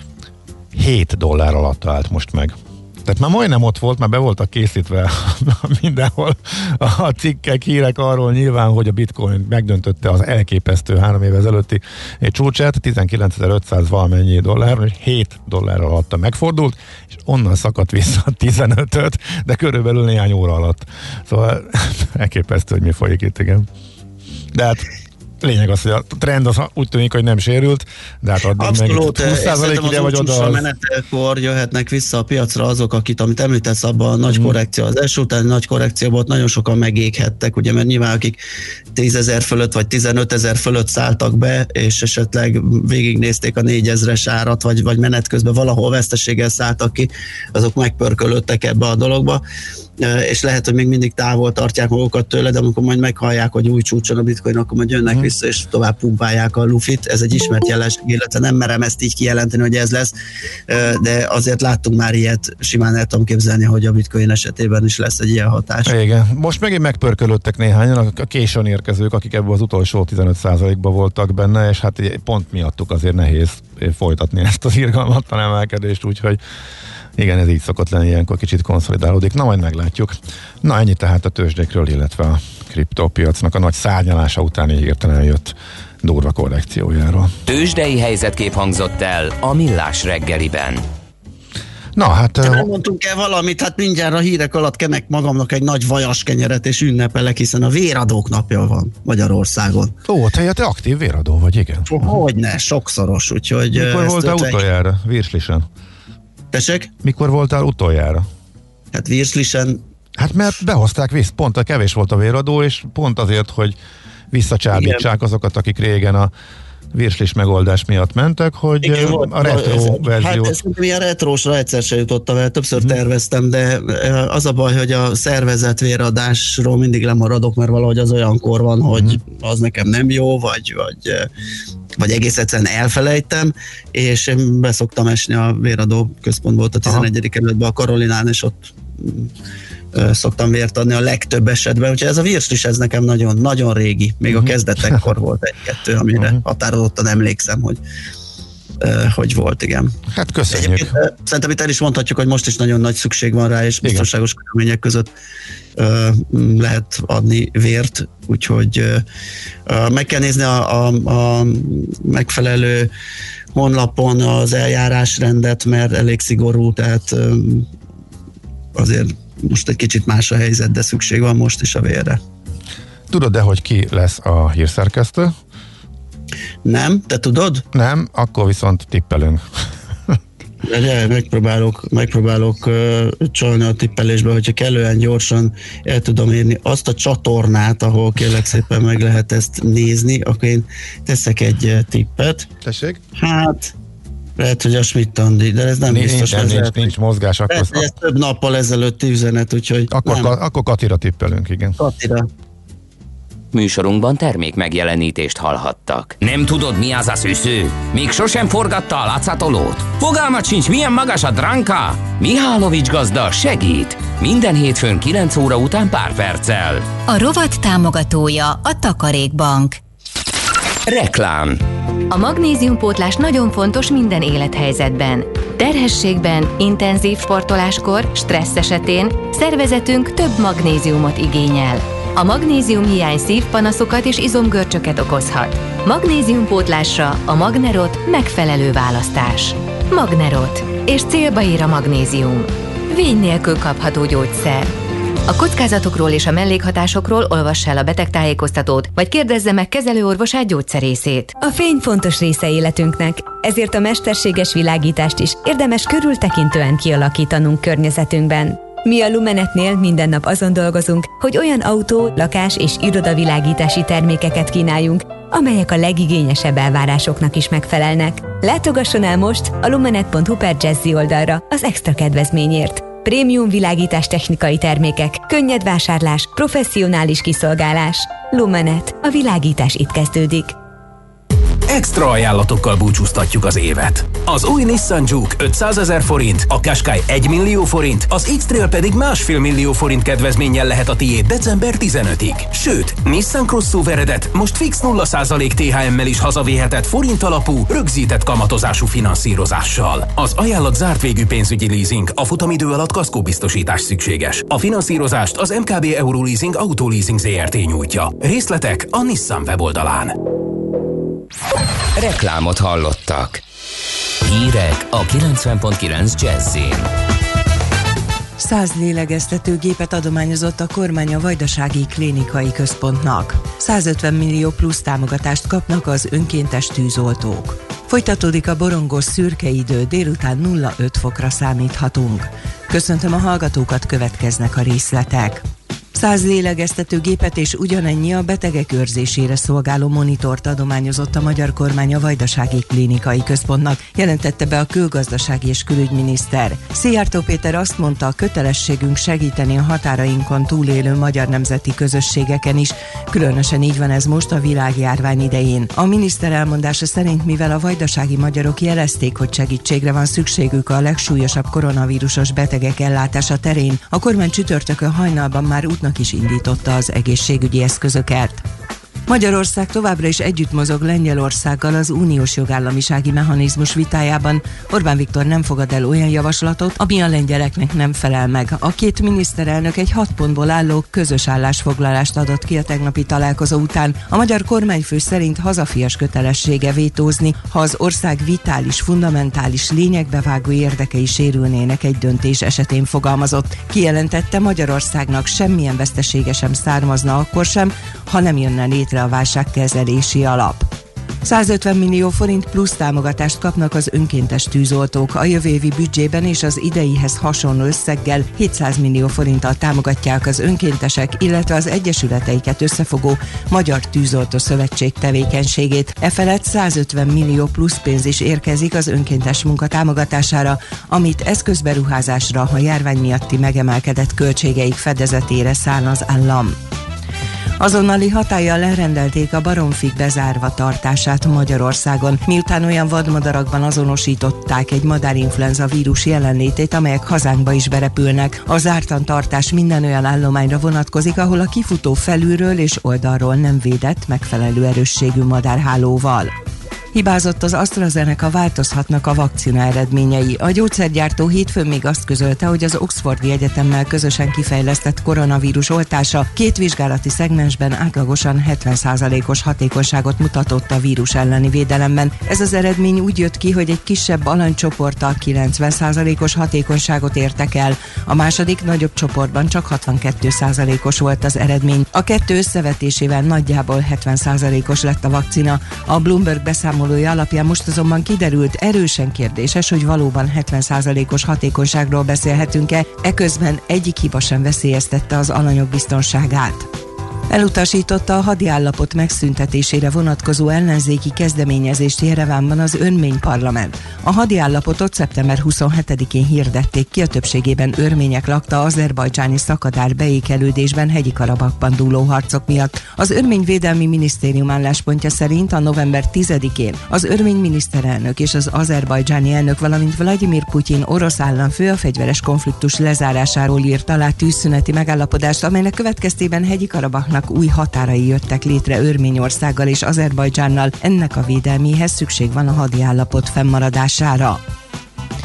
[SPEAKER 6] $7 alatt állt most meg. Tehát már majdnem ott volt, már be voltak készítve mindenhol a cikkek, hírek arról nyilván, hogy a bitcoin megdöntötte az elképesztő 3 évvel ezelőtti csúcsát, 19.500 valamennyi dolláron, és $7 alatt megfordult, és onnan szakadt vissza 15-öt, de körülbelül néhány óra alatt. Szóval elképesztő, hogy mi folyik itt, igen. De hát lényeg az, hogy a trend az úgy tűnik, hogy nem sérült, de hát addig
[SPEAKER 7] abszolút,
[SPEAKER 6] meg 20% ide vagy oda.
[SPEAKER 7] Abszolút, menetelkor jöhetnek vissza a piacra azok, amit említesz abban a nagy korrekció. Az első utáni nagy korrekcióban ott nagyon sokan megéghettek, ugye, mert nyilván akik 10.000 fölött vagy 15.000 fölött szálltak be, és esetleg végignézték a 4.000-es árat, vagy menet közben valahol veszteséggel szálltak ki, azok megpörkölöttek ebbe a dologba, és lehet, hogy még mindig távol tartják magukat tőle, de amikor majd meghallják, hogy új csúcson a bitcoin, akkor majd jönnek vissza, és tovább pumpálják a lufit. Ez egy ismert jelenség, illetve nem merem ezt így kijelenteni, hogy ez lesz, de azért láttunk már ilyet, simán el tudom képzelni, hogy a bitcoin esetében is lesz egy ilyen hatás.
[SPEAKER 6] Igen. Most megint megpörkölöttek néhányan, a későn érkezők, akik ebből az utolsó 15%-ba voltak benne, és hát pont miattuk azért nehéz folytatni ezt az irgalmatlan emelkedést, úgyhogy igen, ez így szokott lenni, ilyenkor kicsit konszolidálódik. Na, majd meglátjuk. Na, ennyi tehát a tőzsdékről, illetve a kriptópiacnak a nagy szárnyalása utáni hirtelen jött durva korrekciójáról.
[SPEAKER 2] Tőzsdei helyzetkép hangzott el a Millás reggeliben.
[SPEAKER 6] Na, hát...
[SPEAKER 7] Nem mondtunk el valamit, hát mindjárt a hírek alatt kenek magamnak egy nagy vajas kenyeret, és ünnepelek, hiszen a véradók napja van Magyarországon.
[SPEAKER 6] Ó, te aktív véradó vagy, igen.
[SPEAKER 7] Hogyne, sokszoros, úgyhogy...
[SPEAKER 6] Mikor voltál utoljára? Virslisen?
[SPEAKER 7] Tessék?
[SPEAKER 6] Mikor voltál utoljára?
[SPEAKER 7] Hát Virslisen...
[SPEAKER 6] Hát mert behozták vissza, pont kevés volt a véradó, és pont azért, hogy visszacsábítsák azokat, akik régen a virslis megoldás miatt mentek, hogy igen, a retro verziót...
[SPEAKER 7] Hát ezt ilyen retrósra egyszer se jutottam el, többször terveztem, de az a baj, hogy a szervezett véradásról mindig lemaradok, mert valahogy az olyankor van, hogy az nekem nem jó, vagy egész egyszerűen elfelejtem, és én beszoktam esni a véradó központból a 11. kerületben a Karolinán, és ott szoktam vért adni a legtöbb esetben, úgyhogy ez a virslis, ez nekem nagyon, nagyon régi, még a kezdetekkor volt egy-kettő, amire határozottan emlékszem, hogy volt, igen.
[SPEAKER 6] Hát köszönjük.
[SPEAKER 7] Szerintem itt el is mondhatjuk, hogy most is nagyon nagy szükség van rá, és biztonságos körülmények között lehet adni vért, úgyhogy meg kell nézni a megfelelő honlapon az eljárásrendet, mert elég szigorú, tehát azért most egy kicsit más a helyzet, de szükség van most is a vérre.
[SPEAKER 6] Tudod-e, hogy ki lesz a hírszerkesztő?
[SPEAKER 7] Nem, te tudod?
[SPEAKER 6] Nem, akkor viszont tippelünk.
[SPEAKER 7] De megpróbálok csalni a tippelésbe, hogyha kellően gyorsan el tudom érni azt a csatornát, ahol kérlek szépen meg lehet ezt nézni, akkor én teszek egy tippet.
[SPEAKER 6] Tessék?
[SPEAKER 7] Hát lehet, hogy a Schmidt-Andi, de ez nem biztos.
[SPEAKER 6] Nincs mozgás.
[SPEAKER 7] Akkor lehet, hogy ez több nappal ezelőtti üzenet, úgyhogy...
[SPEAKER 6] Akkor Katira tippelünk, igen.
[SPEAKER 7] Katira.
[SPEAKER 2] Műsorunkban termék megjelenítést hallhattak. Nem tudod, mi az a szűző? Még sosem forgatta a látszatolót? Fogalmat sincs, milyen magas a dránka? Mihálovics gazda segít! Minden hétfőn 9 óra után pár perccel.
[SPEAKER 9] A rovat támogatója a Takarékbank.
[SPEAKER 2] Reklám.
[SPEAKER 9] A magnéziumpótlás nagyon fontos minden élethelyzetben. Terhességben, intenzív sportoláskor, stressz esetén szervezetünk több magnéziumot igényel. A magnézium hiány szívpanaszokat és izomgörcsöket okozhat. Magnéziumpótlásra a Magnerot megfelelő választás. Magnerot. És célba ér a magnézium. Vény nélkül kapható gyógyszer. A kockázatokról és a mellékhatásokról olvass el a betegtájékoztatót, vagy kérdezze meg kezelőorvosát, gyógyszerészét.
[SPEAKER 10] A fény fontos része életünknek, ezért a mesterséges világítást is érdemes körültekintően kialakítanunk környezetünkben. Mi a Lumenetnél minden nap azon dolgozunk, hogy olyan autó, lakás és irodavilágítási termékeket kínáljunk, amelyek a legigényesebb elvárásoknak is megfelelnek. Látogasson el most a lumenet.hu/jazzy oldalra az extra kedvezményért. Prémium világítás technikai termékek, könnyed vásárlás, professzionális kiszolgálás. Lumenet. A világítás itt kezdődik.
[SPEAKER 11] Extra ajánlatokkal búcsúztatjuk az évet. Az új Nissan Juke 500 000 forint, a Qashqai 1 millió forint, az X-Trail pedig 1,5 millió forint kedvezménnyel lehet a tiéd december 15-ig. Sőt, Nissan Crossoveredet most fix 0% THM-mel is hazavéhetett forint alapú, rögzített kamatozású finanszírozással. Az ajánlat zárt végű pénzügyi leasing, a futamidő alatt kaszkóbiztosítás szükséges. A finanszírozást az MKB Euroleasing Autoleasing Zrt. Nyújtja. Részletek a Nissan weboldalán.
[SPEAKER 2] Reklámot hallottak. Hírek a 90.9 Jazzin.
[SPEAKER 12] 100 lélegeztetőgépet adományozott a kormány a Vajdasági Klinikai Központnak. 150 millió plusz támogatást kapnak az önkéntes tűzoltók. Folytatódik a borongos szürke idő, délután 0,5 fokra számíthatunk. Köszöntöm a hallgatókat, következnek a részletek. 100 lélegeztetőgépet és ugyanennyi a betegek őrzésére szolgáló monitort adományozott a magyar kormány a Vajdasági Klinikai Központnak, jelentette be a külgazdasági és külügyminiszter. Szijjártó Péter azt mondta, a kötelességünk segíteni a határainkon túlélő magyar nemzeti közösségeken is, különösen így van ez most a világjárvány idején. A miniszter elmondása szerint, mivel a vajdasági magyarok jelezték, hogy segítségre van szükségük a legsúlyosabb koronavírusos betegek ellátása terén, a kormány csütörtökön hajnalban már útnak is indította az egészségügyi eszközöket. Magyarország továbbra is együtt mozog Lengyelországgal az uniós jogállamisági mechanizmus vitájában. Orbán Viktor nem fogad el olyan javaslatot, ami a lengyeleknek nem felel meg. A két miniszterelnök egy 6 pontból álló közös állásfoglalást adott ki a tegnapi találkozó után. A magyar kormányfő szerint hazafias kötelessége vétózni, ha az ország vitális, fundamentális, lényegbevágó érdekei sérülnének egy döntés esetén fogalmazott. Kijelentette, Magyarországnak semmilyen vesztesége sem származna akkor sem, ha nem jönne létre a válságkezelési alap. 150 millió forint plusz támogatást kapnak az önkéntes tűzoltók. A jövő évi büdzsében és az ideihez hasonló összeggel 700 millió forinttal támogatják az önkéntesek, illetve az egyesületeiket összefogó Magyar Tűzoltó Szövetség tevékenységét. Efelett 150 millió plusz pénz is érkezik az önkéntes munka támogatására, amit eszközberuházásra a járvány miatti megemelkedett költségeik fedezetére szán az állam. Azonnali hatállyal lerendelték a baromfig bezárva tartását Magyarországon, miután olyan vadmadarakban azonosították egy madárinfluenza vírus jelenlétét, amelyek hazánkba is berepülnek. A zártan tartás minden olyan állományra vonatkozik, ahol a kifutó felülről és oldalról nem védett, megfelelő erősségű madárhálóval. Hibázott az AstraZeneca, változhatnak a vakcina eredményei. A gyógyszergyártó hétfőn még azt közölte, hogy az Oxfordi Egyetemmel közösen kifejlesztett koronavírus oltása 2 vizsgálati szegmensben átlagosan 70%-os hatékonyságot mutatott a vírus elleni védelemben. Ez az eredmény úgy jött ki, hogy egy kisebb alanycsoporttal 90%-os hatékonyságot értek el. A második, nagyobb csoportban csak 62%-os volt az eredmény. A kettő összevetésével nagyjából 70%-os lett a vakcina. A Bloomberg beszámolója alapján most azonban kiderült, erősen kérdéses, hogy valóban 70%-os hatékonyságról beszélhetünk-e, eközben egyik hiba sem veszélyeztette az alanyok biztonságát. Elutasította a hadiállapot megszüntetésére vonatkozó ellenzéki kezdeményezést Jerevánban az örmény-parlament. A hadiállapotot szeptember 27-én hirdették ki, a többségében örmények lakta azerbajdzsáni szakadár beékelődésben hegyi Karabakban dúló harcok miatt. Az örményvédelmi minisztérium álláspontja szerint a november 10-én az örmény miniszterelnök és az azerbajdzsáni elnök, valamint Vladimir Putyin orosz államfő a fegyveres konfliktus lezárásáról írt alá tűzszüneti megállapodást, amelynek következtében hegyi Karabaknak új határai jöttek létre Örményországgal és Azerbajdzsánnal, ennek a védelméhez szükség van a hadiállapot fennmaradására.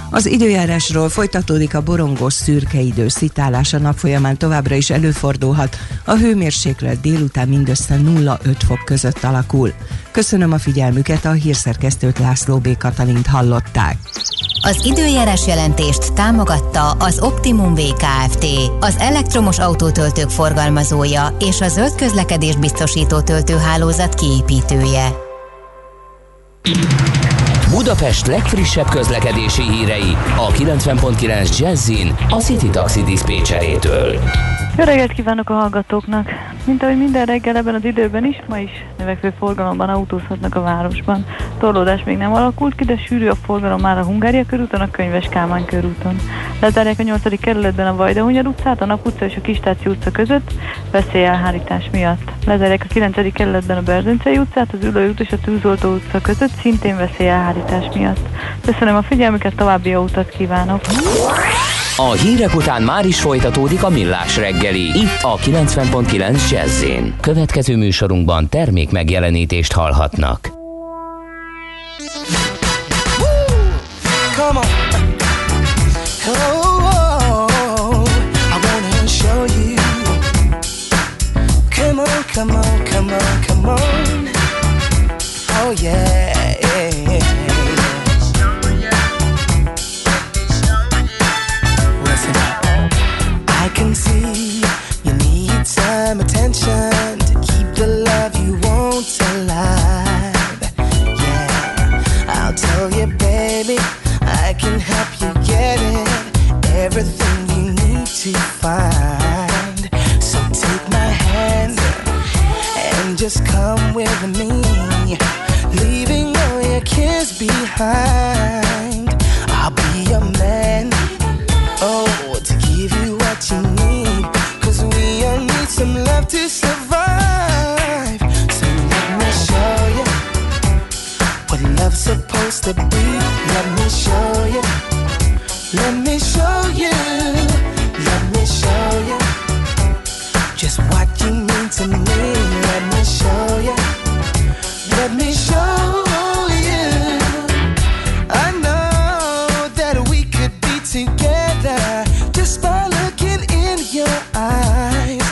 [SPEAKER 12] Az időjárásról: folytatódik a borongos szürke idő, szitálás, a nap folyamán továbbra is előfordulhat, a hőmérséklet délután mindössze 0-5 fok között alakul. Köszönöm a figyelmüket, a hírszerkesztőt, László B. Katalint hallották.
[SPEAKER 9] Az időjárás jelentést támogatta az Optimum Kft., az elektromos autótöltők forgalmazója és a zöld közlekedés biztosító töltőhálózat kiépítője.
[SPEAKER 2] Budapest legfrissebb közlekedési hírei a 90.9 Jazzin a City Taxi diszpécserétől.
[SPEAKER 13] Jó reggelt kívánok a hallgatóknak! Mint ahogy minden reggel ebben az időben is, ma is növekvő forgalomban autózhatnak a városban. Torlódás még nem alakult ki, de sűrű a forgalom már a Hungária körúton, a Könyves Kálmán körúton. Lezárják a 8. kerületben a Vajdahunyad utcát, a Nap utca és a Kistáci utca között veszélyelhárítás miatt. Lezárják a 9. kerületben a Berzencei utcát, az Ülői út és a Tűzoltó utca között szintén veszélyelhárítás miatt. Köszönöm a figyelmüket, további jó utat kívánok!
[SPEAKER 2] A hírek után már is folytatódik a Millás reggeli, itt a 90.9 Jazz-én. Következő műsorunkban termék megjelenítést hallhatnak.
[SPEAKER 14] Come on. Oh, I wanna show you. Come on, come on, come on, come on. Oh yeah, yeah, yeah. Listen up. I can see you need some attention to keep the love you want alive. Yeah, I'll tell you, baby, I can help you get it, everything you need to find. So take my hand and just come with me, leaving all your cares behind. I'll be your man, oh, to give you what you need, 'cause we all need some love to survive. So let me show you what love's supposed to be. Let me show you. Let me show you. Let me show you just what you mean to me. Let me show you. Let me show you. I know that we could be together just by looking in your eyes.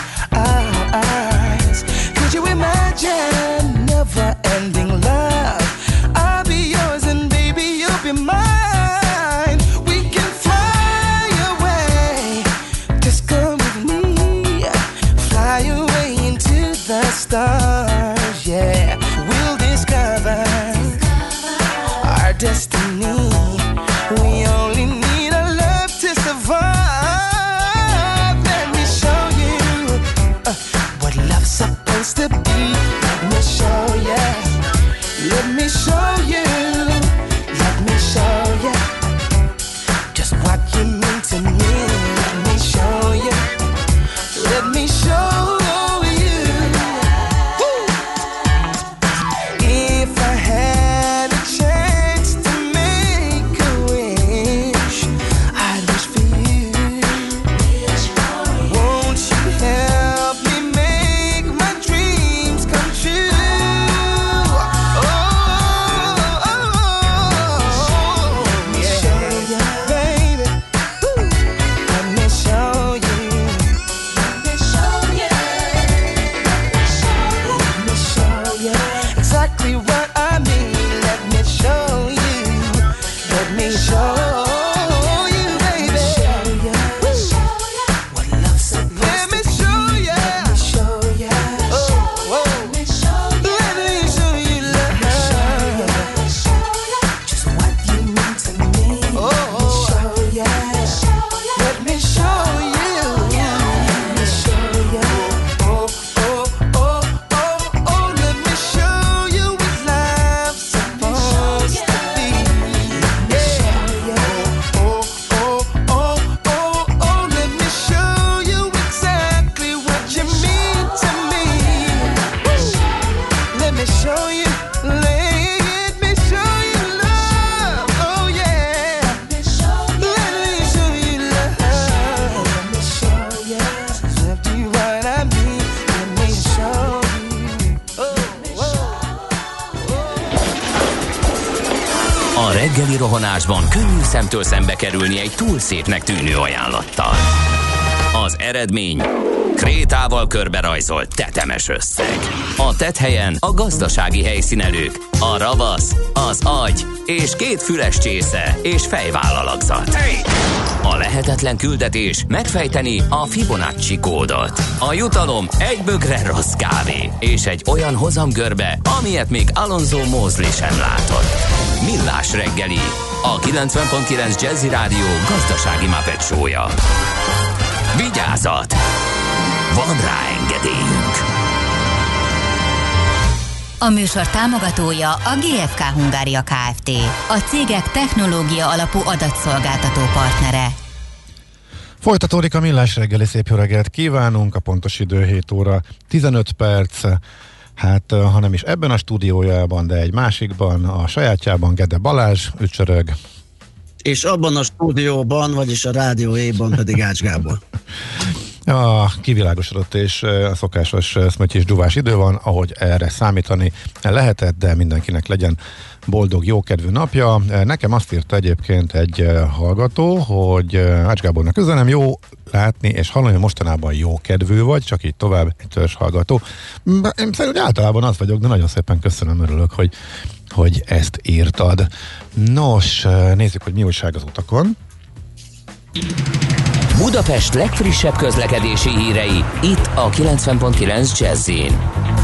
[SPEAKER 14] Could you imagine never-ending love? I'll be yours and baby you'll be mine. We can fly away. Just come with me. Fly away into the stars. Yeah, we'll discover our destiny. We only need a love to survive. Let me show you what love's supposed to be. Let me show you. Let me show you. Let me show you just what you mean to me. Let me show you. Let me show you. Woo! If I had a chance to make
[SPEAKER 3] reggeli rohanásban könnyű szemtől szembe kerülni egy túl szépnek tűnő ajánlattal. Az eredmény krétával körberajzolt tetemes összeg. A tetthelyen a gazdasági helyszínelők, a ravasz, az agy és 2 füles csésze és fejvállalakzat. A lehetetlen küldetés megfejteni a Fibonacci kódot. A jutalom egy bögre rossz kávé és egy olyan hozamgörbe, amilyet még Alonso Mosley sem látott. Millás reggeli, a 90.9 Jazzy Rádió gazdasági Muppet show-ja. Vigyázat! Van rá engedélyünk!
[SPEAKER 15] A műsor támogatója a GFK Hungária Kft. A cégek technológia alapú adatszolgáltató partnere.
[SPEAKER 6] Folytatódik a Millás reggeli, szép jó reggelt kívánunk, a pontos idő 7 óra 15 perc. Hát, ha nem is ebben a stúdiójában, de egy másikban, a sajátjában Gede Balázs ücsörög.
[SPEAKER 7] És abban a stúdióban, vagyis a Rádió E-ban pedig Ács Gábor.
[SPEAKER 6] Kivilágosodott és a szokásos szmötyis duvás idő van, ahogy erre számítani lehetett, de mindenkinek legyen boldog, jókedvű napja. Nekem azt írta egyébként egy hallgató, hogy Ács Gábornak üzenem, jó látni és hallani, hogy mostanában jókedvű vagy, csak így tovább, egy törzs hallgató. Én szerintem általában az vagyok, de nagyon szépen köszönöm, örülök, hogy ezt írtad. Nos, nézzük, hogy mi újság az utakon.
[SPEAKER 2] Budapest legfrissebb közlekedési hírei, itt a 90.9 Jazz-in.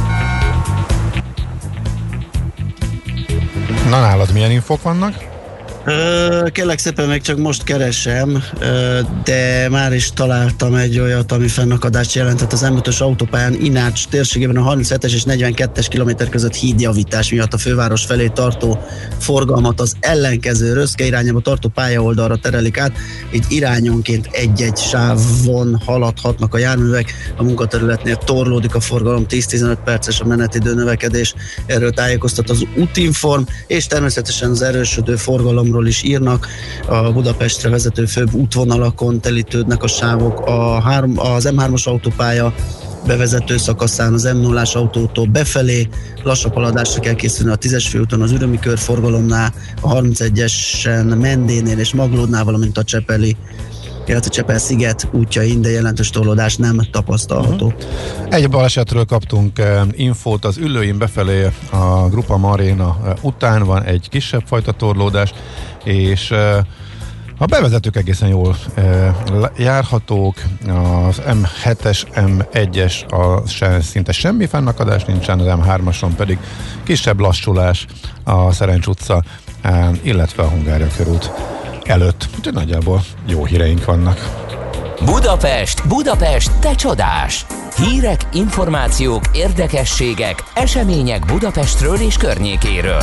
[SPEAKER 6] Na, nálad milyen infók vannak?
[SPEAKER 7] Kérlek szépen, még csak most keresem, de már is találtam egy olyat, ami fennakadást jelentett az M5-ös autópályán Inács térségében a 37-es és 42-es kilométer között hídjavítás miatt a főváros felé tartó forgalmat az ellenkező Röszke irányába tartó pályaoldalra terelik át, így irányonként egy-egy sávon haladhatnak a járművek, a munkaterületnél torlódik a forgalom, 10-15 perces a menetidő növekedés, erről tájékoztat az Útinform, és természetesen az erősödő forgalom is írnak, a Budapestre vezető főbb útvonalakon telítődnek a sávok, az M3-as autópálya bevezető szakaszán az M0-ás autótól befelé, lassabb haladásra kell készülni a 10-es főúton az Ürömi körforgalomnál, a 31-esen Mendénél és Maglódnál, valamint a Csepeli, illetve Csepel-sziget útjain, de jelentős torlódás nem tapasztalható.
[SPEAKER 6] Egy balesetről kaptunk infót, az Üllőin befelé a Grupa Maréna után van egy kisebb fajta torlódás, és a bevezetők egészen jól járhatók, az M7-es, M1-es szinte semmi fennakadás nincsen, az M3-ason pedig kisebb lassulás a Szerencs utca, illetve a Hungária körút előtt. Úgyhogy nagyjából jó híreink vannak.
[SPEAKER 2] Budapest, te csodás! Hírek, információk, érdekességek, események Budapestről és környékéről.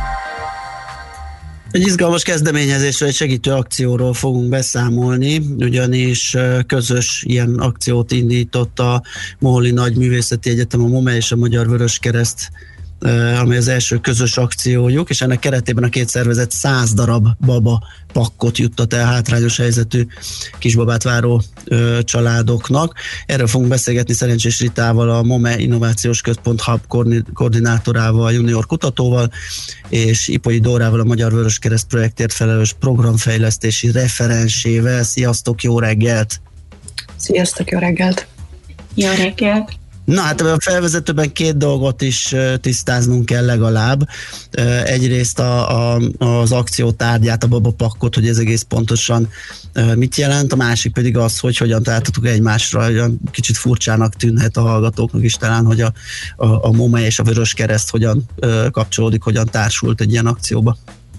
[SPEAKER 7] Egy izgalmas kezdeményezésről, egy segítő akcióról fogunk beszámolni, ugyanis közös ilyen akciót indított a Moholi Nagyművészeti Egyetem, a MOME és a Magyar Vöröskereszt, ami az első közös akciójuk, és ennek keretében a két szervezet 100 darab baba pakkot juttat el hátrányos helyzetű kisbabát váró családoknak. Erről fogunk beszélgetni Szerencsés Ritával, a MOME Innovációs Központ Hub koordinátorával, junior kutatóval, és Ipolyi Dórával, a Magyar Vöröskereszt projektért felelős programfejlesztési referensével. Sziasztok, jó reggelt!
[SPEAKER 16] Sziasztok, jó reggelt!
[SPEAKER 17] Jó reggelt!
[SPEAKER 7] Na hát a felvezetőben 2 dolgot is tisztáznunk kell legalább. Egyrészt az akció tárgyát, a babapakkot, hogy ez egész pontosan mit jelent, a másik pedig az, hogy hogyan találtatok egymásra, olyan kicsit furcsának tűnhet a hallgatóknak is talán, hogy a MOME és a Vöröskereszt hogyan kapcsolódik, hogyan társult egy ilyen akcióba.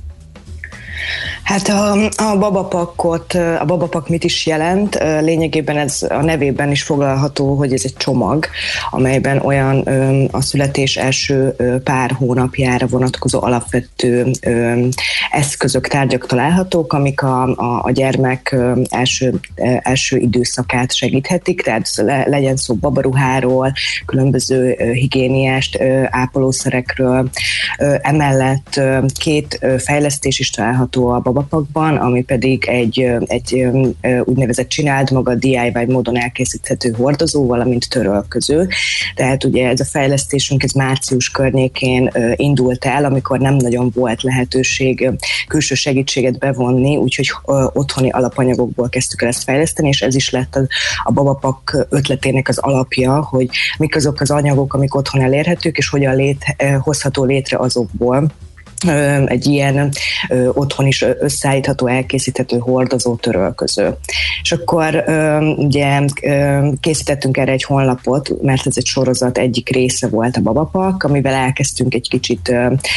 [SPEAKER 16] Hát a babapak mit is jelent? Lényegében ez a nevében is foglalható, hogy ez egy csomag, amelyben olyan a születés első pár hónapjára vonatkozó alapvető eszközök, tárgyak találhatók, amik a gyermek első időszakát segíthetik, tehát legyen szó babaruháról, különböző higiéniás ápolószerekről. Emellett 2 fejlesztés is található a Babapakban, ami pedig egy úgynevezett csináld maga DIY módon elkészíthető hordozó, valamint törölköző. Tehát ugye ez a fejlesztésünk ez március környékén indult el, amikor nem nagyon volt lehetőség külső segítséget bevonni, úgyhogy otthoni alapanyagokból kezdtük el ezt fejleszteni, és ez is lett a Babapak ötletének az alapja, hogy mik azok az anyagok, amik otthon elérhetők, és hogyan hozható létre azokból egy ilyen otthon is összeállítható, elkészíthető hordozó, törölköző. És akkor ugye készítettünk erre egy honlapot, mert ez egy sorozat egyik része volt a Babapak, amivel elkezdtünk egy kicsit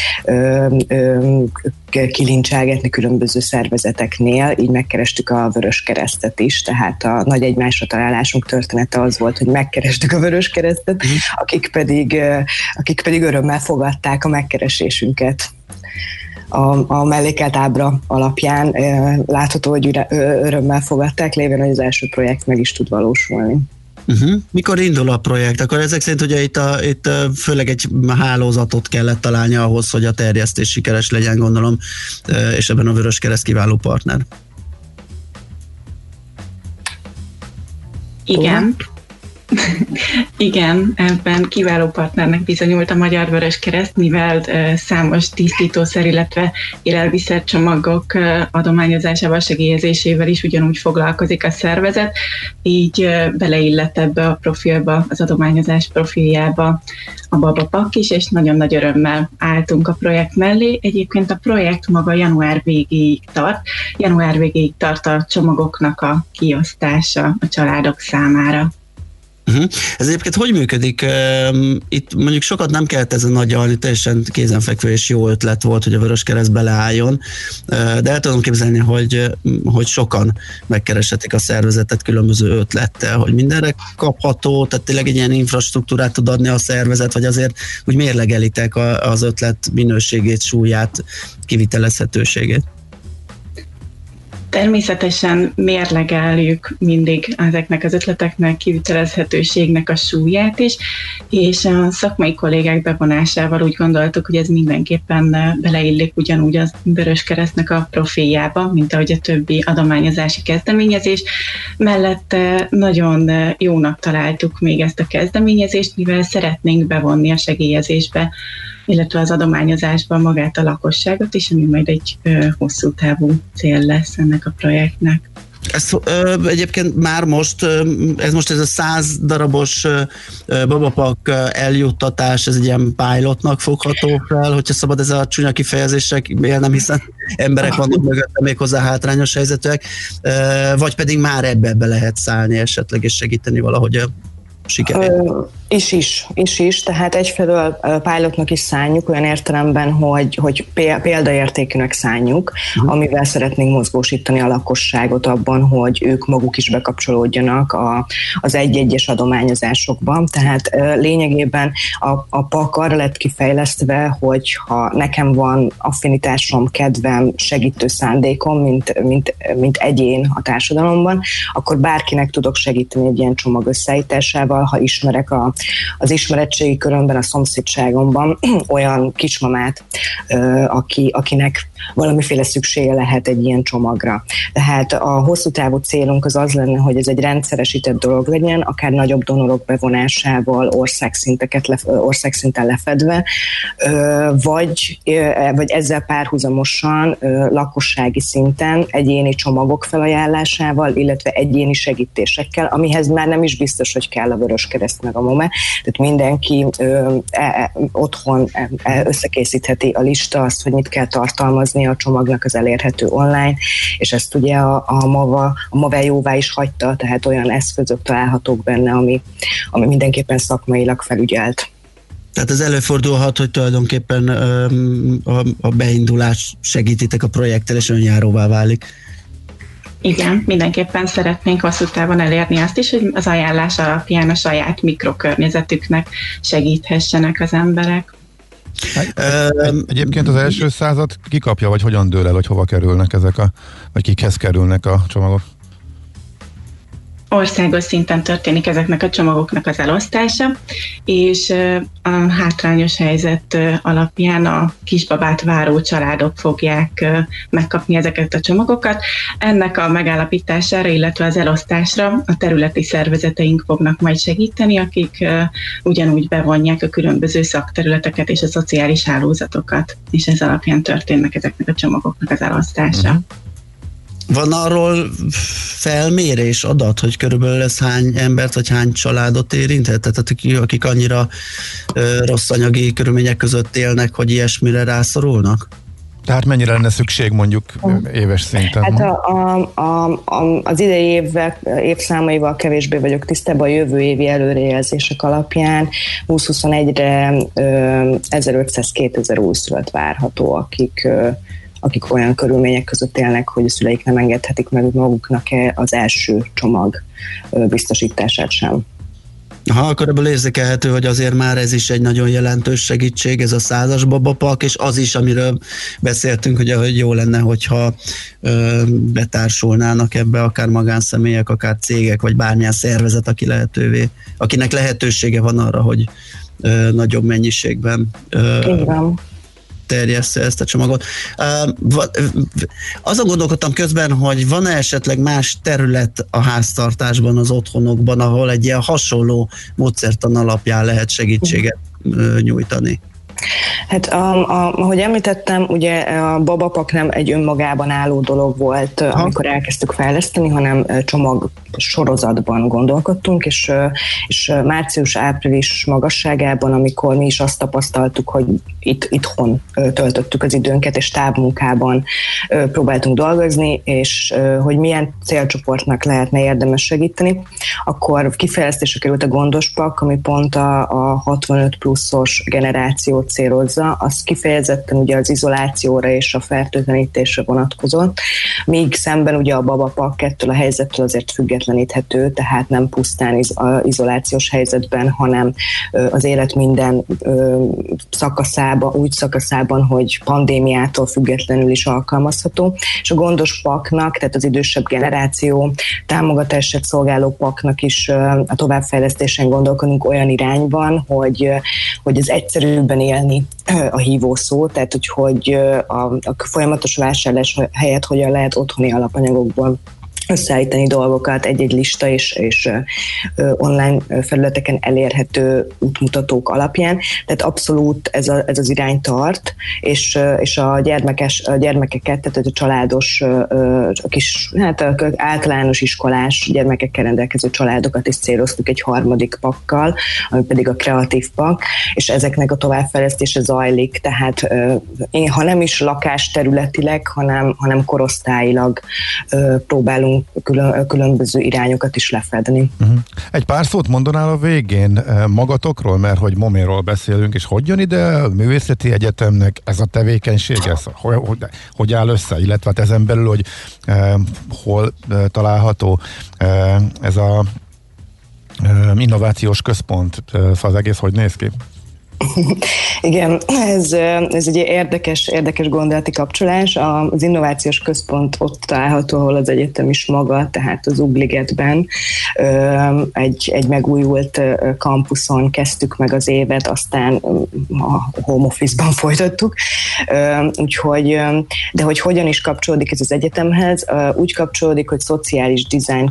[SPEAKER 16] kilincselgetni különböző szervezeteknél, így megkerestük a Vöröskeresztet is, tehát a nagy egymásra találásunk története az volt, hogy megkerestük a Vöröskeresztet, akik pedig örömmel fogadták a megkeresésünket. A mellékelt ábra alapján látható, hogy örömmel fogadták, lévén, hogy az első projekt meg is tud valósulni.
[SPEAKER 7] Mikor indul a projekt? Akkor ezek szerint ugye itt főleg egy hálózatot kellett találni ahhoz, hogy a terjesztés sikeres legyen, gondolom, és ebben a Vöröskereszt kiváló partner.
[SPEAKER 17] Igen. Igen, ebben kiváló partnernek bizonyult a Magyar Vöröskereszt, mivel számos tisztítószer, illetve élelmiszercsomagok adományozásával, segélyezésével is ugyanúgy foglalkozik a szervezet, így beleillett ebbe a profilba, az adományozás profiljába a Babapak is, és nagyon nagy örömmel álltunk a projekt mellé. Egyébként a projekt maga január végéig tart. Január végéig tart a csomagoknak a kiosztása a családok számára.
[SPEAKER 7] Ez egyébként hogy működik? Itt mondjuk sokat nem kellett ezen agyalni, teljesen kézenfekvő és jó ötlet volt, hogy a Vöröskereszt beleálljon, de el tudom képzelni, hogy sokan megkereshetik a szervezetet különböző ötlettel, hogy mindenre kapható, tehát tényleg egy ilyen infrastruktúrát tud adni a szervezet, vagy azért úgy mérlegelitek az ötlet minőségét, súlyát, kivitelezhetőségét?
[SPEAKER 17] Természetesen mérlegeljük mindig ezeknek az ötleteknek, kivitelezhetőségnek a súlyát is, és a szakmai kollégák bevonásával úgy gondoltuk, hogy ez mindenképpen beleillik ugyanúgy a Vöröskeresztnek a profiljába, mint ahogy a többi adományozási kezdeményezés. Mellette nagyon jónak találtuk még ezt a kezdeményezést, mivel szeretnénk bevonni a segélyezésbe, illetve az adományozásban magát a lakosságot is, ami majd egy hosszú távú cél lesz ennek a projektnek.
[SPEAKER 7] Ez egyébként már most, ez a 100 darabos Babapak eljuttatás, ez egy ilyen pilotnak fogható fel, hogyha szabad ez a csúnya kifejezések élnem, hiszen emberek vannak mögötte méghozzá hátrányos helyzetűek, vagy pedig már ebbe lehet szállni esetleg, és segíteni valahogy a sikerét.
[SPEAKER 16] Is, tehát egyfelől pilotnak is szánjuk, olyan értelemben, hogy példaértékűnek szánjuk, amivel szeretnénk mozgósítani a lakosságot abban, hogy ők maguk is bekapcsolódjanak az egy-egyes adományozásokban. Tehát lényegében a PAK arra lett kifejlesztve, hogy ha nekem van affinitásom, kedvem, segítő szándékom, mint egyén a társadalomban, akkor bárkinek tudok segíteni egy ilyen csomag összeállításával, ha ismerek az ismeretségi körömben, a szomszédságomban olyan kismamát, akinek valamiféle szüksége lehet egy ilyen csomagra. Tehát a hosszú távú célunk az lenne, hogy ez egy rendszeresített dolog legyen, akár nagyobb donorok bevonásával, országszinten lefedve, vagy ezzel párhuzamosan lakossági szinten egyéni csomagok felajánlásával, illetve egyéni segítésekkel, amihez már nem is biztos, hogy kell a Vöröskereszt meg a MOME, tehát mindenki otthon összekészítheti a lista, azt, hogy mit kell tartalmazni a csomagnak, az elérhető online, és ezt ugye a MOVE jóvá is hagyta, tehát olyan eszközök találhatók benne, ami mindenképpen szakmailag felügyelt.
[SPEAKER 7] Tehát ez előfordulhat, hogy tulajdonképpen a beindulás segítitek a projekttel, és önjáróvá válik.
[SPEAKER 17] Igen, mindenképpen szeretnénk hosszú távon elérni azt is, hogy az ajánlás alapján a saját mikrokörnyezetüknek segíthessenek az emberek.
[SPEAKER 6] Egyébként az első 100-at kikapja, vagy hogyan dől el, hogy hova kerülnek ezek vagy kikhez kerülnek a csomagok?
[SPEAKER 17] országos szinten történik ezeknek a csomagoknak az elosztása, és a hátrányos helyzet alapján a kisbabát váró családok fogják megkapni ezeket a csomagokat. Ennek a megállapítására, illetve az elosztásra a területi szervezeteink fognak majd segíteni, akik ugyanúgy bevonják a különböző szakterületeket és a szociális hálózatokat, és ez alapján történnek ezeknek a csomagoknak az elosztása.
[SPEAKER 7] Van arról felmérés, adat, hogy körülbelül ez hány embert vagy hány családot érinthet? Tehát akik annyira rossz anyagi körülmények között élnek, hogy ilyesmire rászorulnak?
[SPEAKER 6] Tehát mennyire lenne szükség mondjuk éves szinten?
[SPEAKER 16] Hát az idei évszámaival kevésbé vagyok tisztában, a jövő évi előrejelzések alapján 2021-re 1500-2000 újszülött várható, akik olyan körülmények között élnek, hogy a szüleik nem engedhetik meg maguknak az első csomag biztosítását sem.
[SPEAKER 7] Akkor ebből érzékelhető, hogy azért már ez is egy nagyon jelentős segítség, ez a 100-as babapak, és az is, amiről beszéltünk, hogy jó lenne, hogyha betársulnának ebbe akár magánszemélyek, akár cégek, vagy bármilyen szervezet, akinek lehetősége van arra, hogy nagyobb mennyiségben terjessze ezt a csomagot. Azon gondolkodtam közben, hogy van-e esetleg más terület a háztartásban, az otthonokban, ahol egy ilyen hasonló módszertan alapján lehet segítséget nyújtani?
[SPEAKER 16] Hát ahogy említettem, ugye a babapak nem egy önmagában álló dolog volt, amikor elkezdtük fejleszteni, hanem csomag sorozatban gondolkodtunk, és március-április magasságában, amikor mi is azt tapasztaltuk, hogy itthon töltöttük az időnket, és távmunkában próbáltunk dolgozni, és hogy milyen célcsoportnak lehetne érdemes segíteni, akkor kifejlesztésre került a gondospak, ami pont a 65 pluszos generációt célozza, az kifejezetten ugye az izolációra és a fertőtlenítésre vonatkozott, míg szemben ugye a babapak ettől a helyzettől azért függetleníthető, tehát nem pusztán izolációs helyzetben, hanem az élet minden szakaszában, hogy pandémiától függetlenül is alkalmazható, és a gondos paknak, tehát az idősebb generáció támogatását szolgáló paknak is a továbbfejlesztésen gondolkodunk olyan irányban, hogy az egyszerűbben élni a hívószó, tehát hogy a folyamatos vásárlás helyett hogyan lehet otthoni alapanyagokból összeállítani dolgokat egy-egy lista és online felületeken elérhető útmutatók alapján. Tehát abszolút ez az irány tart, és a gyermekeket, tehát a családos, általános iskolás gyermekekkel rendelkező családokat is céloztuk egy harmadik pakkal, ami pedig a kreatív pak, és ezeknek a továbbfejlesztése zajlik, tehát ha nem is lakásterületileg, hanem korosztályilag próbálunk különböző irányokat is lefedni.
[SPEAKER 6] Egy pár szót mondanál a végén magatokról, mert hogy moméról beszélünk, és hogy jön ide a művészeti egyetemnek ez a tevékenység, hogy áll össze, illetve hát ezen belül, hogy hol található ez a innovációs központ, szóval az egész hogy néz ki?
[SPEAKER 16] Igen, ez egy érdekes gondolati kapcsolás. Az innovációs központ ott található, ahol az egyetem is maga, tehát az Ugligetben egy megújult kampuszon kezdtük meg az évet, aztán a home office-ban folytattuk. Úgyhogy, de hogy hogyan is kapcsolódik ez az egyetemhez? Úgy kapcsolódik, hogy szociális design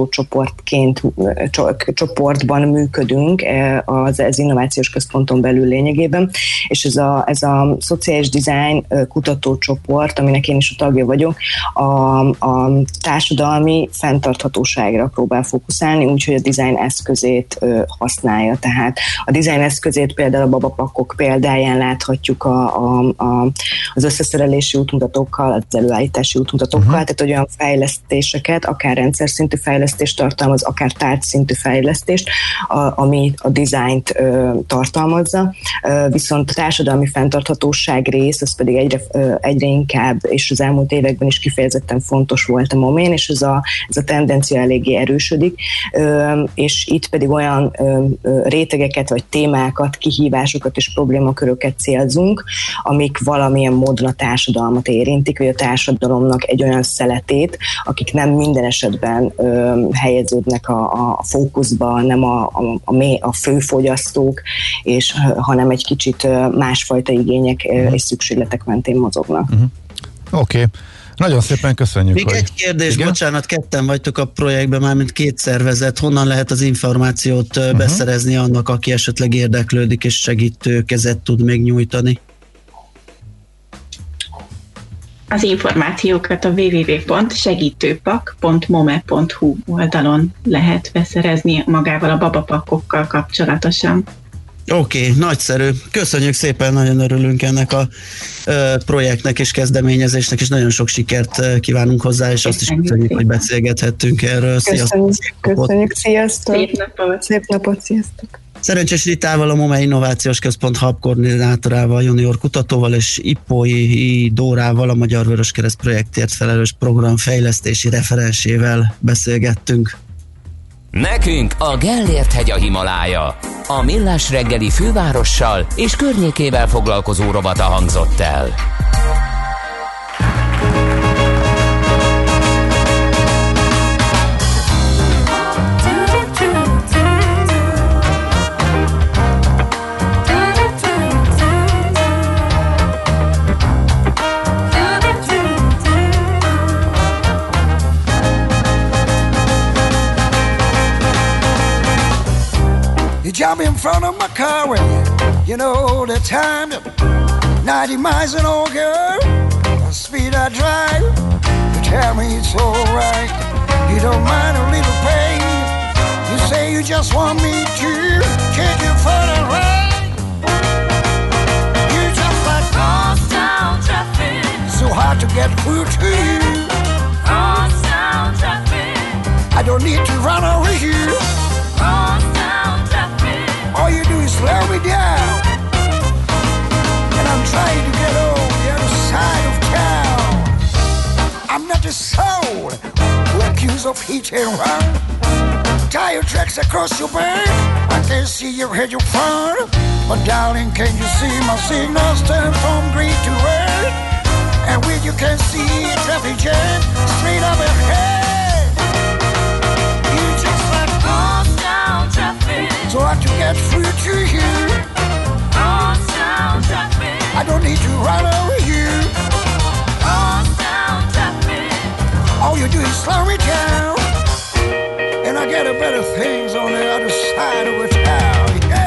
[SPEAKER 16] csoportban működünk az innovációs központon belül lényegében, és ez a szociális design kutatócsoport, aminek én is a tagja vagyok, a társadalmi fenntarthatóságra próbál fókuszálni, úgyhogy a design eszközét használja. Tehát a design eszközét például a babapakok példáján láthatjuk az összeszerelési útmutatókkal, az előállítási útmutatókkal, tehát olyan fejlesztéseket, akár rendszer szintű fejlesztést tartalmaz, akár tárgyszintű fejlesztést, ami a dizájnt tartalmazza, viszont a társadalmi fenntarthatóság rész, az pedig egyre inkább, és az elmúlt években is kifejezetten fontos volt a MOMÉN, és ez a tendencia eléggé erősödik, és itt pedig olyan rétegeket, vagy témákat, kihívásokat és problémaköröket célzunk, amik valamilyen módon a társadalmat érintik, vagy a társadalomnak egy olyan szeletét, akik nem minden esetben helyeződnek a fókuszba, nem a főfogyasztók, hanem egy kicsit másfajta igények és szükségletek mentén mozognak.
[SPEAKER 6] Oké. Nagyon szépen köszönjük.
[SPEAKER 7] Még egy kérdés, igen? Bocsánat, ketten vagytok a projektben, már mint két szervezet. Honnan lehet az információt beszerezni annak, aki esetleg érdeklődik és segítő kezet tud még nyújtani?
[SPEAKER 17] Az információkat a www.segítőpak.mome.hu oldalon lehet beszerezni magával a babapakokkal kapcsolatosan.
[SPEAKER 7] Oké, nagyszerű. Köszönjük szépen, nagyon örülünk ennek a projektnek és kezdeményezésnek, és nagyon sok sikert kívánunk hozzá, és azt is köszönjük, hogy beszélgethettünk erről.
[SPEAKER 16] Köszönjük, sziasztok!
[SPEAKER 17] Szép napot,
[SPEAKER 16] sziasztok!
[SPEAKER 7] Szerencsés Ritával, a MOME Innovációs Központ hub koordinátorával, junior kutatóval és Ippói Dórával, a Magyar Vöröskereszt projektért felelős programfejlesztési referensével beszélgettünk.
[SPEAKER 2] Nekünk a Gellért-hegy a Himalája. A Millás reggeli fővárossal és környékével foglalkozó rovata hangzott el.
[SPEAKER 18] Jump in front of my car when you know the time, 90 miles an hour, girl, the speed I drive. You tell me it's alright, you don't mind a little pain. You say you just want me to take you for the ride. You just like crosstown traffic, so hard to get through to you. Crosstown traffic, I don't need to run over you. All you do is slow me down, and I'm trying to get over the other side of town. I'm not the soul who accuse of hit and run. Tire tracks across your back, I can see you hit your front. But darling, can you see my signals turn from green to red? And when you can see a traffic jam straight up ahead, you just like crosstown traffic, so hard to get through to you. Crosstown traffic, I don't need to run over you. Crosstown traffic, all you do is slow me down, and I get a better things on the other side of the town.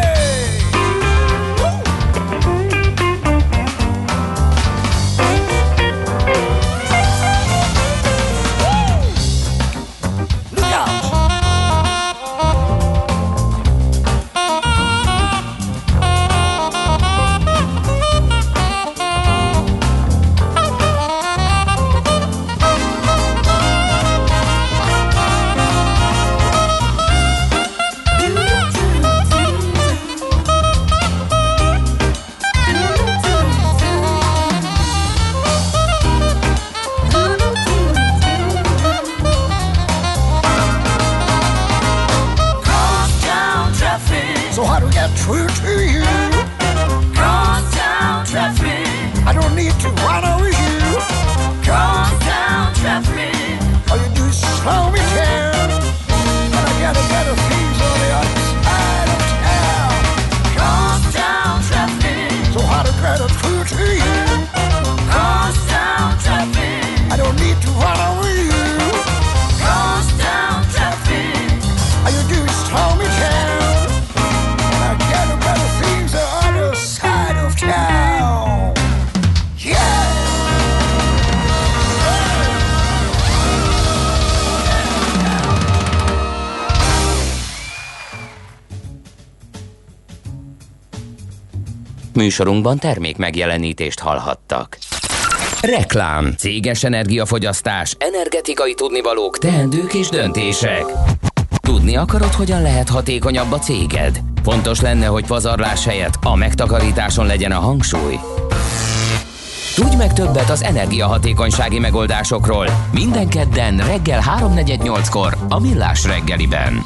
[SPEAKER 18] So how to get through to you? Crosstown traffic, I don't need to run over you. Crosstown traffic, all you do is slow me down, and I gotta better things on the other side of town. Crosstown traffic, so how to get through to you? Crosstown traffic, I don't need to run over you. Crosstown traffic, all you do is slow me down. Town. Yeah.
[SPEAKER 2] Műsorunkban termék megjelenítést hallhattak. Reklám, céges energiafogyasztás, energetikai tudnivalók, teendők és döntések. Tudni akarod, hogyan lehet hatékonyabb a céged? Fontos lenne, hogy pazarlás helyett a megtakarításon legyen a hangsúly. Tudj meg többet az energiahatékonysági megoldásokról minden kedden reggel 3:48-kor a Millás reggeliben.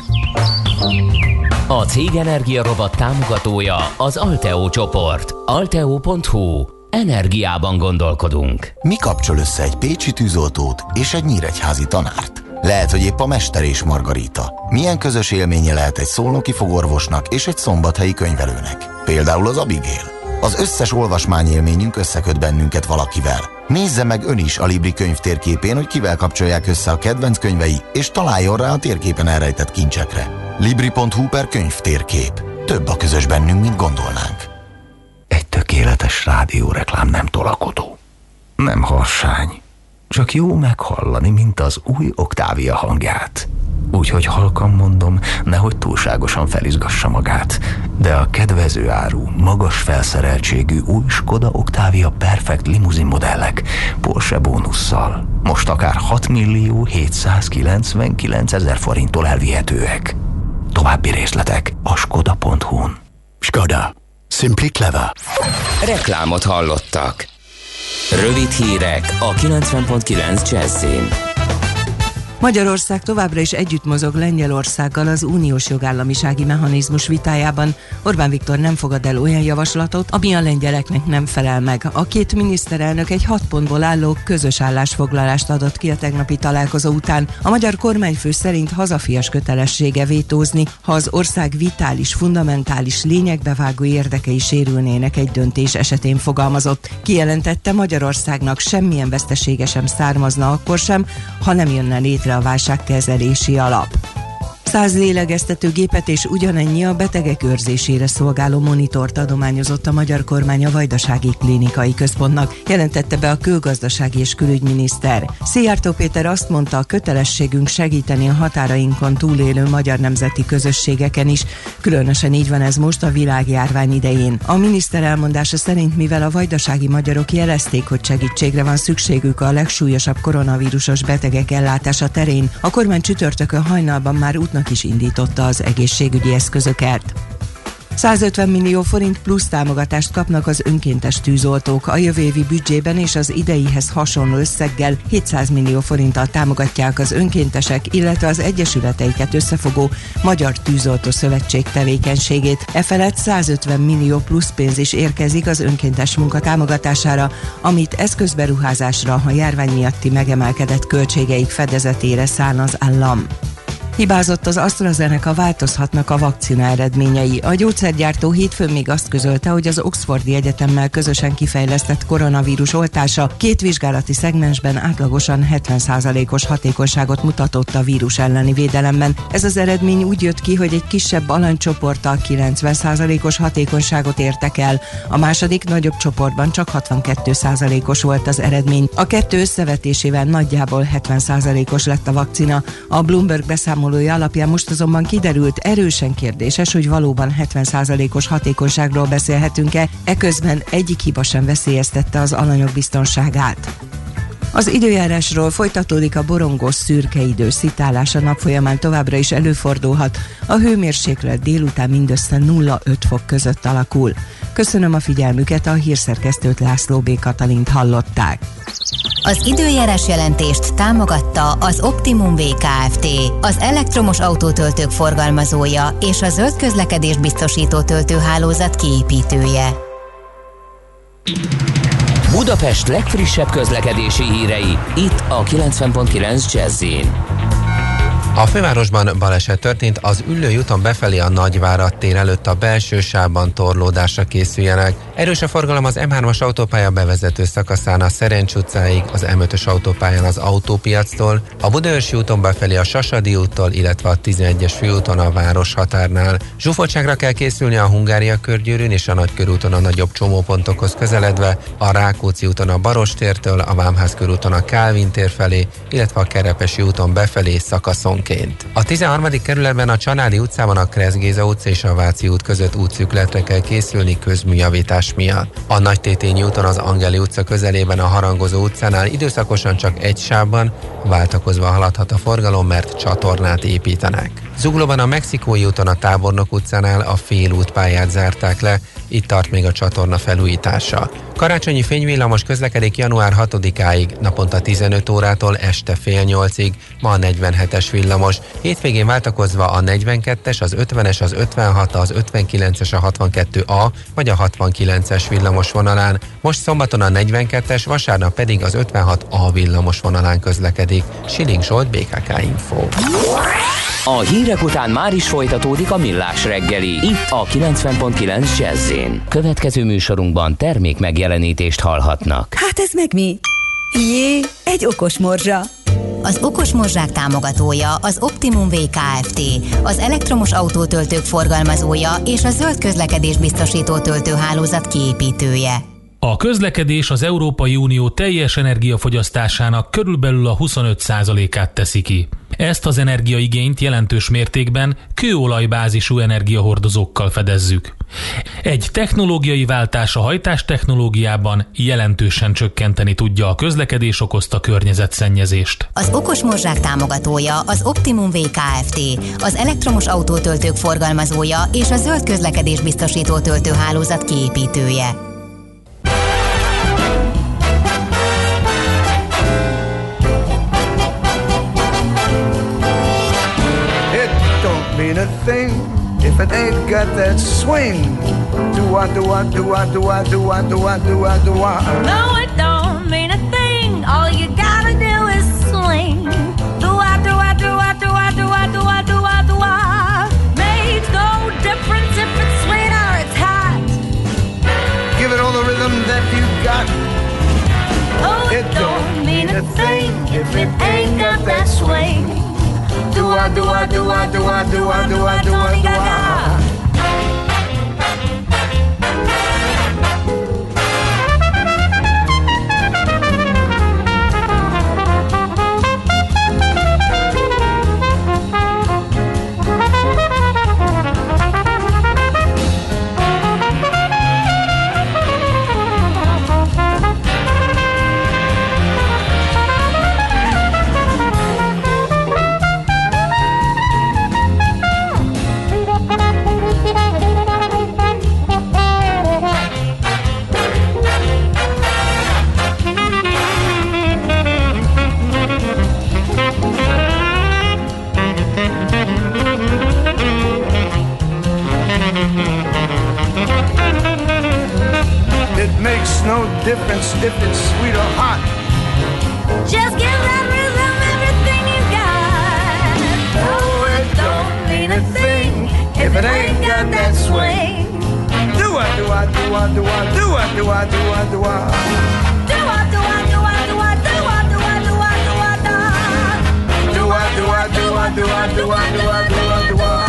[SPEAKER 2] A Cég Energia Robot támogatója az Alteo csoport. Alteo.hu. Energiában gondolkodunk.
[SPEAKER 19] Mi kapcsol össze egy pécsi tűzoltót és egy nyíregyházi tanárt? Lehet, hogy épp a Mester és Margarita. Milyen közös élménye lehet egy szolnoki fogorvosnak és egy szombathelyi könyvelőnek? Például az Abigail. Az összes olvasmányélményünk összeköt bennünket valakivel. Nézze meg ön is a Libri könyv térképén, hogy kivel kapcsolják össze a kedvenc könyvei, és találjon rá a térképen elrejtett kincsekre. Libri.hu/könyvtérkép. Több a közös bennünk, mint gondolnánk.
[SPEAKER 20] Egy tökéletes rádióreklám nem tolakodó. Nem harsány. Csak jó meghallani, mint az új Octavia hangját. Úgyhogy halkan mondom, nehogy túlságosan felizgassa magát. De a kedvező áru, magas felszereltségű új Skoda Octavia Perfect limuzin modellek Porsche bónusszal most akár 6.799.000 forinttól elvihetőek. További részletek a skoda.hu-n.
[SPEAKER 3] Skoda. Simply clever. Reklámot hallottak. Rövid hírek a 90.9 Jazzin.
[SPEAKER 12] Magyarország továbbra is együtt mozog Lengyelországgal az uniós jogállamisági mechanizmus vitájában. Orbán Viktor nem fogad el olyan javaslatot, ami a lengyeleknek nem felel meg. A két miniszterelnök egy 6 pontból álló közös állásfoglalást adott ki a tegnapi találkozó után. A magyar kormányfő szerint hazafias kötelessége vétózni, ha az ország vitális, fundamentális, lényegbevágó érdekei sérülnének egy döntés esetén fogalmazott. Kijelentette, Magyarországnak semmilyen vesztesége sem származna akkor sem, ha nem jönne létre a válságkezelési alap. 100 lélegeztetőgépet és ugyanennyi a betegek őrzésére szolgáló monitort adományozott a magyar kormány a Vajdasági Klinikai Központnak, jelentette be a külgazdasági és külügyminiszter. Szijjártó Péter azt mondta, a kötelességünk segíteni a határainkon túlélő magyar nemzeti közösségeken is. Különösen így van ez most a világjárvány idején. A miniszter elmondása szerint, mivel a vajdasági magyarok jelezték, hogy segítségre van szükségük a legsúlyosabb koronavírusos betegek ellátása terén, a kormány csütörtökön hajnalban már útnak is indította az egészségügyi eszközöket. 150 millió forint plusz támogatást kapnak az önkéntes tűzoltók. A jövő évi büdzsében és az ideihez hasonló összeggel 700 millió forinttal támogatják az önkéntesek, illetve az egyesületeiket összefogó Magyar Tűzoltó Szövetség tevékenységét. Efelett 150 millió plusz pénz is érkezik az önkéntes munka támogatására, amit eszközberuházásra, a járvány miatti megemelkedett költségeik fedezetére szán az állam. Hibázott az AstraZeneca, változhatnak a vakcina eredményei. A gyógyszergyártó hétfőn még azt közölte, hogy az Oxfordi Egyetemmel közösen kifejlesztett koronavírus oltása 2 vizsgálati szegmensben átlagosan 70%-os hatékonyságot mutatott a vírus elleni védelemben. Ez az eredmény úgy jött ki, hogy egy kisebb alanycsoporttal 90%-os hatékonyságot értek el. A második, nagyobb csoportban csak 62%-os volt az eredmény. A kettő összevetésével nagyjából 70%-os lett a vakcina. A Bloomberg beszámolója alapján most azonban kiderült, erősen kérdéses, hogy valóban 70%-os hatékonyságról beszélhetünk-e, eközben egyik hiba sem veszélyeztette az alanyok biztonságát. Az időjárásról: folytatódik a borongós szürke idő, szitálás, a nap folyamán továbbra is előfordulhat. A hőmérséklet délután mindössze 0-5 fok között alakul. Köszönöm a figyelmüket, a hírszerkesztőt, László B. Katalint hallották.
[SPEAKER 15] Az időjárás jelentést támogatta az Optimum Kft., az elektromos autótöltők forgalmazója és a zöld közlekedés biztosító töltőhálózat kiépítője.
[SPEAKER 2] Budapest legfrissebb közlekedési hírei, itt a 90.9 Jazz-in.
[SPEAKER 21] A fővárosban baleset történt, az Üllői úton befelé a Nagyvárad tér előtt a belső sávban torlódásra készüljenek. Erős a forgalom az M3-as autópálya bevezető szakaszán a Szerencs utcáig, az M5-ös autópályán az Autópiactól, a Budaörsi úton befelé a Sasadi úttól, illetve a 11-es főúton a Városhatárnál. Zsúfoltságra kell készülni a Hungária körgyűrűn és a Nagykörúton a nagyobb csomópontokhoz közeledve, a Rákóczi úton a Barostértől, a Vámház körúton a Kálvin tér felé, illetve a Kerepesi úton befelé szakaszon. A 13. kerületben a Csanádi utcában a Kressz Géza utca és a Váci út között útszűkületre kell készülni közműjavítás miatt. A Nagytétényi úton az Angeli utca közelében a Harangozó utcánál időszakosan csak egy sávban váltakozva haladhat a forgalom, mert csatornát építenek. Zuglóban a Mexikói úton a Tábornok utcánál a félútpályát zárták le, itt tart még a csatorna felújítása. Karácsonyi fényvillamos közlekedik január 6-áig, naponta 15 órától este fél 8-ig, ma a 47-es villamos. Hétvégén váltakozva a 42-es, az 50-es, az 56, az 59-es, a 62A vagy a 69-es villamos vonalán. Most szombaton a 42-es, vasárnap pedig az 56A villamos vonalán közlekedik. Siling Zsolt, BKK Info.
[SPEAKER 2] A hírek után már is folytatódik a Millás reggeli, itt a 90.9 Jazz-in. Következő műsorunkban termék megjelenítést hallhatnak.
[SPEAKER 10] Hát ez meg mi? Jé, egy okos morzsa.
[SPEAKER 15] Az okos morzsák támogatója az Optimum Kft., az elektromos autótöltők forgalmazója és a zöld közlekedés biztosító töltőhálózat kiépítője.
[SPEAKER 1] A közlekedés az Európai Unió teljes energiafogyasztásának körülbelül a 25%-át teszi ki. Ezt az energiaigényt jelentős mértékben kőolajbázisú energiahordozókkal fedezzük. Egy technológiai váltás a hajtástechnológiában jelentősen csökkenteni tudja a közlekedés okozta környezetszennyezést.
[SPEAKER 15] Az okos morzsák támogatója az Optimum Kft., az elektromos autótöltők forgalmazója és a zöld közlekedés biztosító töltőhálózat kiépítője.
[SPEAKER 18] Mean a thing if it ain't got that swing. Do-wah, do-wah, do-wah, do-wah, do-wah, do-wah, do-wah, do-wah.
[SPEAKER 8] No, it don't mean a thing. All you gotta do is swing. Do-wah, do-wah, do-wah, do-wah, do-wah, do-wah, do-wah, do-wah. Makes no difference if it's sweet or it's hot.
[SPEAKER 18] Give it all the rhythm that you got.
[SPEAKER 8] Oh, it don't mean a thing if it ain't got that swing. Do-wah, do-wah, do-wah, do-wah, do-wah, do-wah, do-wah, do-wah.
[SPEAKER 18] No difference if it's sweet or hot.
[SPEAKER 8] Just give that rhythm everything you got. Oh, it don't mean a thing if it ain't got that swing.
[SPEAKER 18] Do-wah, do-wah, do-wah, do-wah, do-wah, do-wah, do-wah, do-wah.
[SPEAKER 8] Do-wah, do-wah, do-wah, do-wah, do-wah, do-wah, do-wah, do-wah, do-wah.
[SPEAKER 18] Do-wah, do-wah, do-wah, do-wah, do-wah, do-wah, do-wah, do-wah.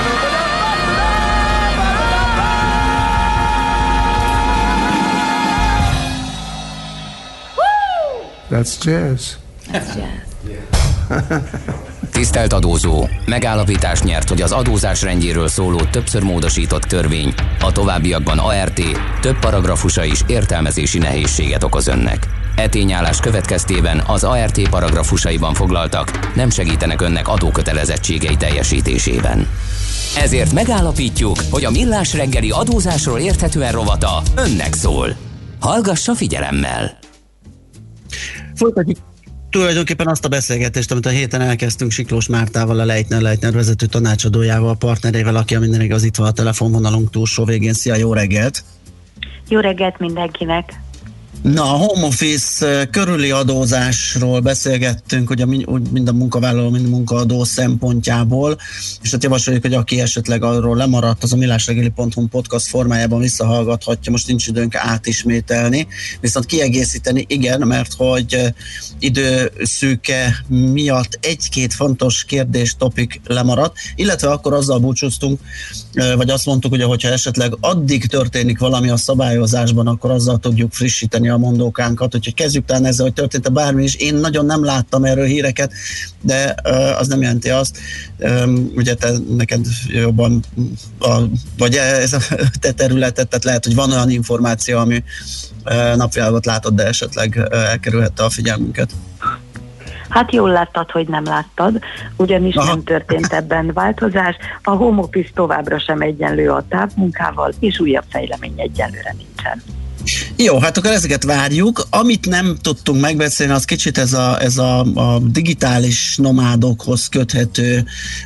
[SPEAKER 18] That's jazz.
[SPEAKER 8] That's jazz.
[SPEAKER 2] Tisztelt adózó! Megállapítást nyert, hogy az adózás rendjéről szóló többször módosított törvény a továbbiakban ART több paragrafusa is értelmezési nehézséget okoz önnek. E tényállás következtében az ART paragrafusaiban foglaltak nem segítenek önnek adókötelezettségei teljesítésében. Ezért megállapítjuk, hogy a Millás reggeli adózásról érthetően rovata önnek szól. Hallgassa figyelemmel!
[SPEAKER 7] Folytatjuk tulajdonképpen azt a beszélgetést, amit a héten elkezdtünk Siklós Mártával, a Leitner vezető tanácsadójával, partnerével, aki a minden igaz itt van a telefonvonalunk túlsó végén. Szia, jó reggelt!
[SPEAKER 22] Jó reggelt mindenkinek!
[SPEAKER 7] Na, a home office körüli adózásról beszélgettünk, ugye mind a munkavállaló, mind a munkaadó szempontjából, és hát javasoljuk, hogy aki esetleg arról lemaradt, az a millásreggeli.hu podcast formájában visszahallgathatja, most nincs időnk átismételni, viszont kiegészíteni igen, mert hogy időszűke miatt egy-két fontos kérdés, topik lemaradt, illetve akkor azzal búcsúztunk, vagy azt mondtuk, hogy hogyha esetleg addig történik valami a szabályozásban, akkor azzal tudjuk frissíteni a mondókánkat, úgyhogy kezdjük talán ezzel, hogy történt-e bármi is. Én nagyon nem láttam erről híreket, de az nem jelenti azt. Ugye neked jobban, vagy ez a te területed, tehát lehet, hogy van olyan információ, ami napvilágot látott, de esetleg elkerülhette a figyelmünket.
[SPEAKER 22] Hát jól láttad, hogy nem láttad, ugyanis nem történt ebben változás. A home office továbbra sem egyenlő a távmunkával, és újabb fejlemény egyelőre nincsen.
[SPEAKER 7] Jó, hát akkor ezeket várjuk. Amit nem tudtunk megbeszélni, az kicsit ez a digitális nomádokhoz köthető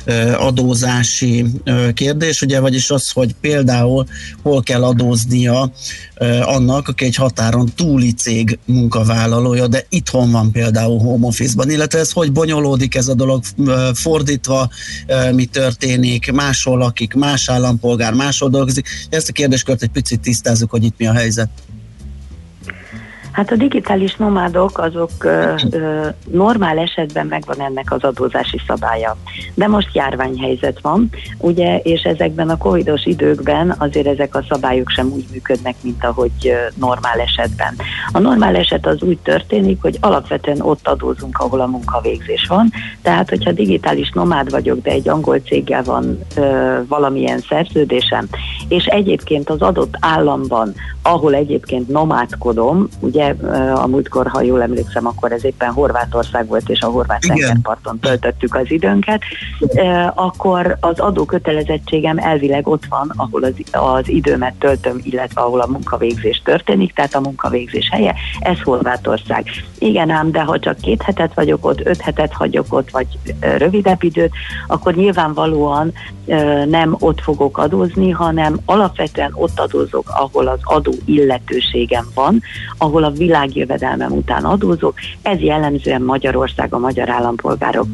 [SPEAKER 7] adózási kérdés, ugye, vagyis az, hogy például hol kell adóznia annak, aki egy határon túli cég munkavállalója, de itthon van például home office-ban, illetve ez hogy bonyolódik ez a dolog fordítva, mi történik, máshol lakik, más állampolgár, máshol dolgozik. Ezt a kérdéskört egy picit tisztázzuk, hogy itt mi a helyzet.
[SPEAKER 22] Hát a digitális nomádok azok normál esetben megvan ennek az adózási szabálya. De most járványhelyzet van, ugye, és ezekben a covidos időkben azért ezek a szabályok sem úgy működnek, mint ahogy normál esetben. A normál eset az úgy történik, hogy alapvetően ott adózunk, ahol a munkavégzés van. Tehát, hogyha digitális nomád vagyok, de egy angol céggel van valamilyen szerződésem, és egyébként az adott államban, ahol egyébként nomádkodom, ugye a múltkor, ha jól emlékszem, akkor ez éppen Horvátország volt, és a horvát tengerparton töltöttük az időnket, akkor az adókötelezettségem elvileg ott van, ahol az időmet töltöm, illetve ahol a munkavégzés történik, tehát a munkavégzés helye, ez Horvátország. Igen ám, de ha csak 2 hetet vagyok ott, 5 hetet hagyok ott, vagy rövidebb időt, akkor nyilvánvalóan nem ott fogok adózni, hanem alapvetően ott adózok, ahol az adó illetőségem van, ahol a világjövedelmem után adózok. Ez jellemzően Magyarország, a magyar állampolgárok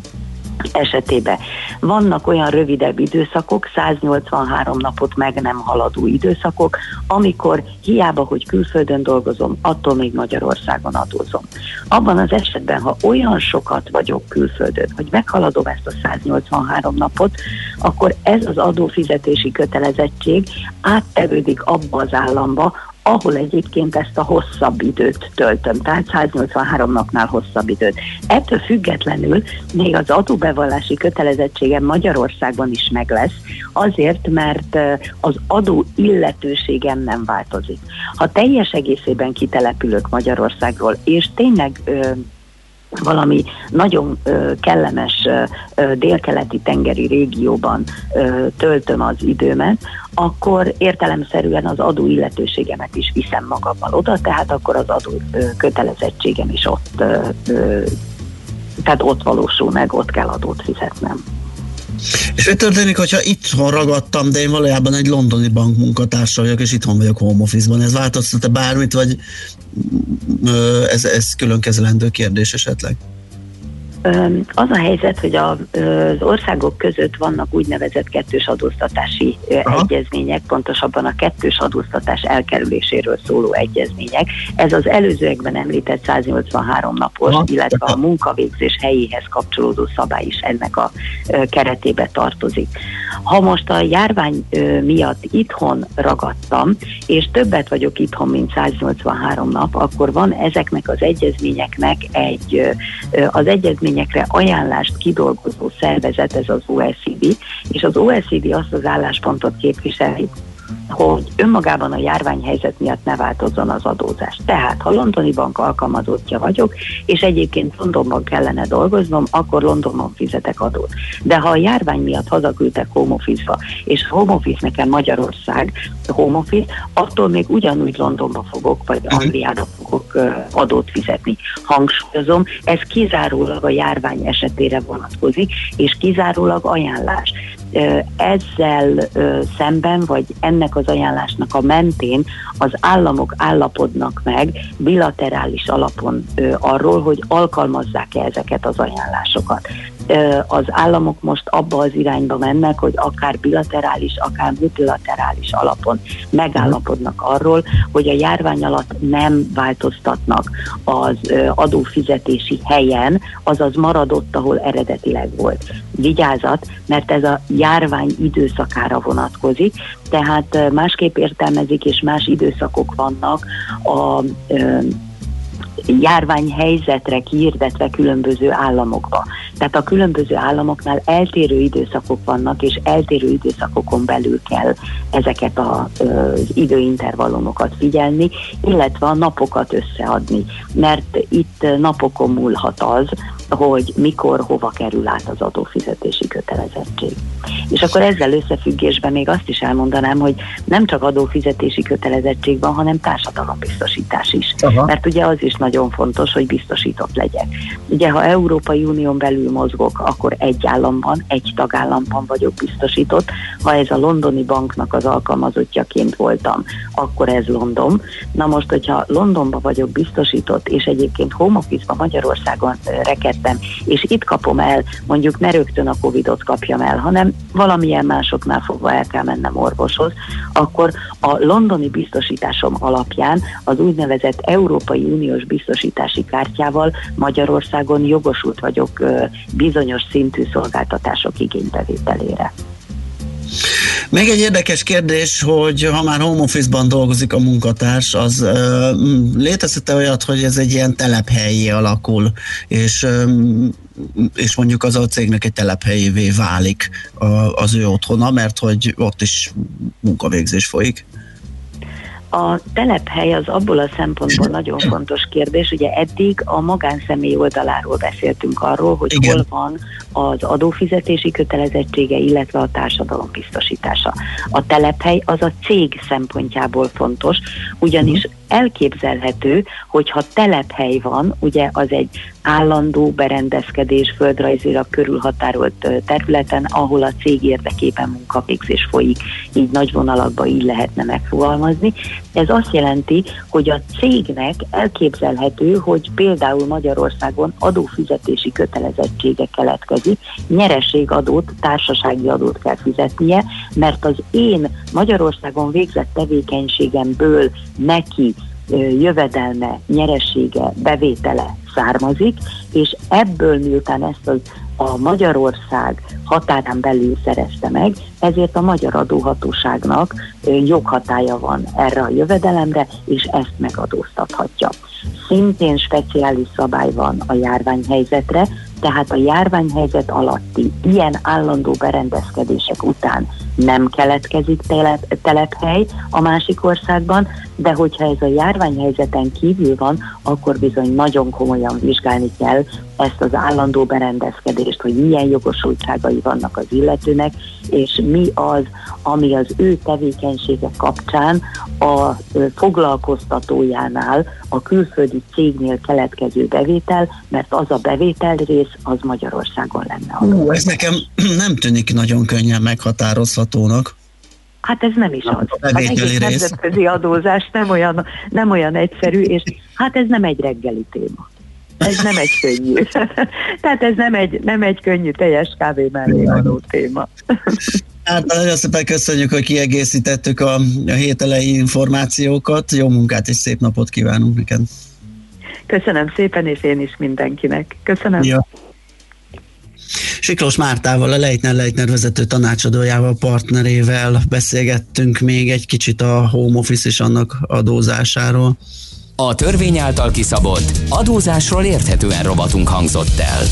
[SPEAKER 22] esetében. Vannak olyan rövidebb időszakok, 183 napot meg nem haladó időszakok, amikor hiába, hogy külföldön dolgozom, attól még Magyarországon adózom. Abban az esetben, ha olyan sokat vagyok külföldön, hogy meghaladom ezt a 183 napot, akkor ez az adófizetési kötelezettség áttevődik abba az államba, ahol egyébként ezt a hosszabb időt töltöm, tehát 183 napnál hosszabb időt. Ettől függetlenül még az adóbevallási kötelezettségem Magyarországon is meg lesz, azért, mert az adó illetőségem nem változik. Ha teljes egészében kitelepülök Magyarországról, és tényleg valami nagyon kellemes délkeleti tengeri régióban töltöm az időmet, akkor értelemszerűen az adó illetőségemet is viszem magammal oda, tehát akkor az adó kötelezettségem is ott, tehát ott valósul meg, ott kell adót fizetnem.
[SPEAKER 7] És mi történik, hogyha itthon ragadtam, de én valójában egy londoni bank munkatársa vagyok, és itthon vagyok home office-ban? Ez változtat-e bármit, vagy ez külön kezelendő kérdés esetleg?
[SPEAKER 22] Az a helyzet, hogy az országok között vannak úgynevezett kettős adóztatási egyezmények, pontosabban a kettős adóztatás elkerüléséről szóló egyezmények. Ez az előzőekben említett 183 napos, illetve a munkavégzés helyéhez kapcsolódó szabály is ennek a keretébe tartozik. Ha most a járvány miatt itthon ragadtam, és többet vagyok itthon, mint 183 nap, akkor van ezeknek az egyezményeknek az egyezményekre ajánlást kidolgozó szervezet, ez az OECD, és az OECD azt az álláspontot képviseli, hogy önmagában a járványhelyzet miatt ne változzon az adózás. Tehát, ha londoni bank alkalmazottja vagyok, és egyébként Londonban kellene dolgoznom, akkor Londonban fizetek adót. De ha a járvány miatt hazaküldtek home office-ba, és home office nekem Magyarország home office, attól még ugyanúgy Londonba fogok, vagy Angliába fogok adót fizetni. Hangsúlyozom, ez kizárólag a járvány esetére vonatkozik, és kizárólag ajánlás. Ezzel szemben, vagy ennek az ajánlásnak a mentén az államok állapodnak meg bilaterális alapon arról, hogy alkalmazzák-e ezeket az ajánlásokat. Az államok most abba az irányba mennek, hogy akár bilaterális, akár multilaterális alapon megállapodnak arról, hogy a járvány alatt nem változtatnak az adófizetési helyen, azaz maradott, ahol eredetileg volt. Vigyázat, mert ez a járvány időszakára vonatkozik, tehát másképp értelmezik, és más időszakok vannak a járványhelyzetre kihirdetve különböző államokba. Tehát a különböző államoknál eltérő időszakok vannak, és eltérő időszakokon belül kell ezeket az időintervallumokat figyelni, illetve a napokat összeadni, mert itt napokon múlhat az, hogy mikor, hova kerül át az adófizetési kötelezettség. És akkor ezzel összefüggésben még azt is elmondanám, hogy nem csak adófizetési kötelezettség van, hanem társadalombiztosítás is. Aha. Mert ugye az is nagyon fontos, hogy biztosított legyek. Ugye, ha Európai Unión belül mozgok, akkor egy államban, egy tagállamban vagyok biztosított. Ha ez a londoni banknak az alkalmazottjaként voltam, akkor ez London. Na most, hogyha Londonban vagyok biztosított, és egyébként home office-ban Magyarországon rekedtem, és itt kapom el, mondjuk ne rögtön a Covid-ot kapjam el, hanem valamilyen másoknál fogva el kell mennem orvoshoz, akkor a londoni biztosításom alapján az úgynevezett Európai Uniós biztosítási kártyával Magyarországon jogosult vagyok bizonyos szintű szolgáltatások igénybevételére.
[SPEAKER 7] Még egy érdekes kérdés, hogy ha már home office-ban dolgozik a munkatárs, az létezhet-e olyat, hogy ez egy ilyen telephelyé alakul, és mondjuk az a cégnek egy telephelyévé válik az ő otthona, mert hogy ott is munkavégzés folyik?
[SPEAKER 22] A telephely az abból a szempontból nagyon fontos kérdés, ugye eddig a magánszemély oldaláról beszéltünk arról, hogy igen, hol van az adófizetési kötelezettsége, illetve a társadalombiztosítása. A telephely az a cég szempontjából fontos, ugyanis elképzelhető, hogyha telephely van, ugye az egy állandó berendezkedés földrajzilag körülhatárolt területen, ahol a cég érdekében munkavégzés folyik, így nagy vonalakban így lehetne megfogalmazni. Ez azt jelenti, hogy a cégnek elképzelhető, hogy például Magyarországon adófizetési kötelezettsége keletkezik, nyereségadót, társasági adót kell fizetnie, mert az én Magyarországon végzett tevékenységemből neki jövedelme, nyeresége, bevétele származik, és ebből miután ezt a Magyarország határán belül szerezte meg, ezért a magyar adóhatóságnak joghatálya van erre a jövedelemre, és ezt megadóztathatja. Szintén speciális szabály van a járványhelyzetre, tehát a járványhelyzet alatti ilyen állandó berendezkedések után nem keletkezik telephely a másik országban, de hogyha ez a járványhelyzeten kívül van, akkor bizony nagyon komolyan vizsgálni kell ezt az állandó berendezkedést, hogy milyen jogosultságai vannak az illetőnek, és mi az, ami az ő tevékenysége kapcsán a foglalkoztatójánál, a külföldi cégnél keletkező bevétel, mert az a bevételrész az Magyarországon lenne.
[SPEAKER 7] Ez nekem nem tűnik nagyon könnyen meghatározhatónak.
[SPEAKER 22] Hát ez nem is az. Az egész nemzetközi adózás nem olyan egyszerű, és hát ez nem egy reggeli téma. Ez nem egy könnyű. Tehát ez nem egy könnyű teljes kávé mellé való téma.
[SPEAKER 7] Hát nagyon szépen köszönjük, hogy kiegészítettük a hét elejé információkat. Jó munkát és szép napot kívánunk neked.
[SPEAKER 22] Köszönöm szépen, és én is mindenkinek. Köszönöm. Ja.
[SPEAKER 7] Siklós Mártával, a Leitner vezető tanácsadójával, partnerével beszélgettünk még egy kicsit a home office és annak adózásáról.
[SPEAKER 2] A törvény által kiszabott adózásról érthetően rovatunk hangzott el.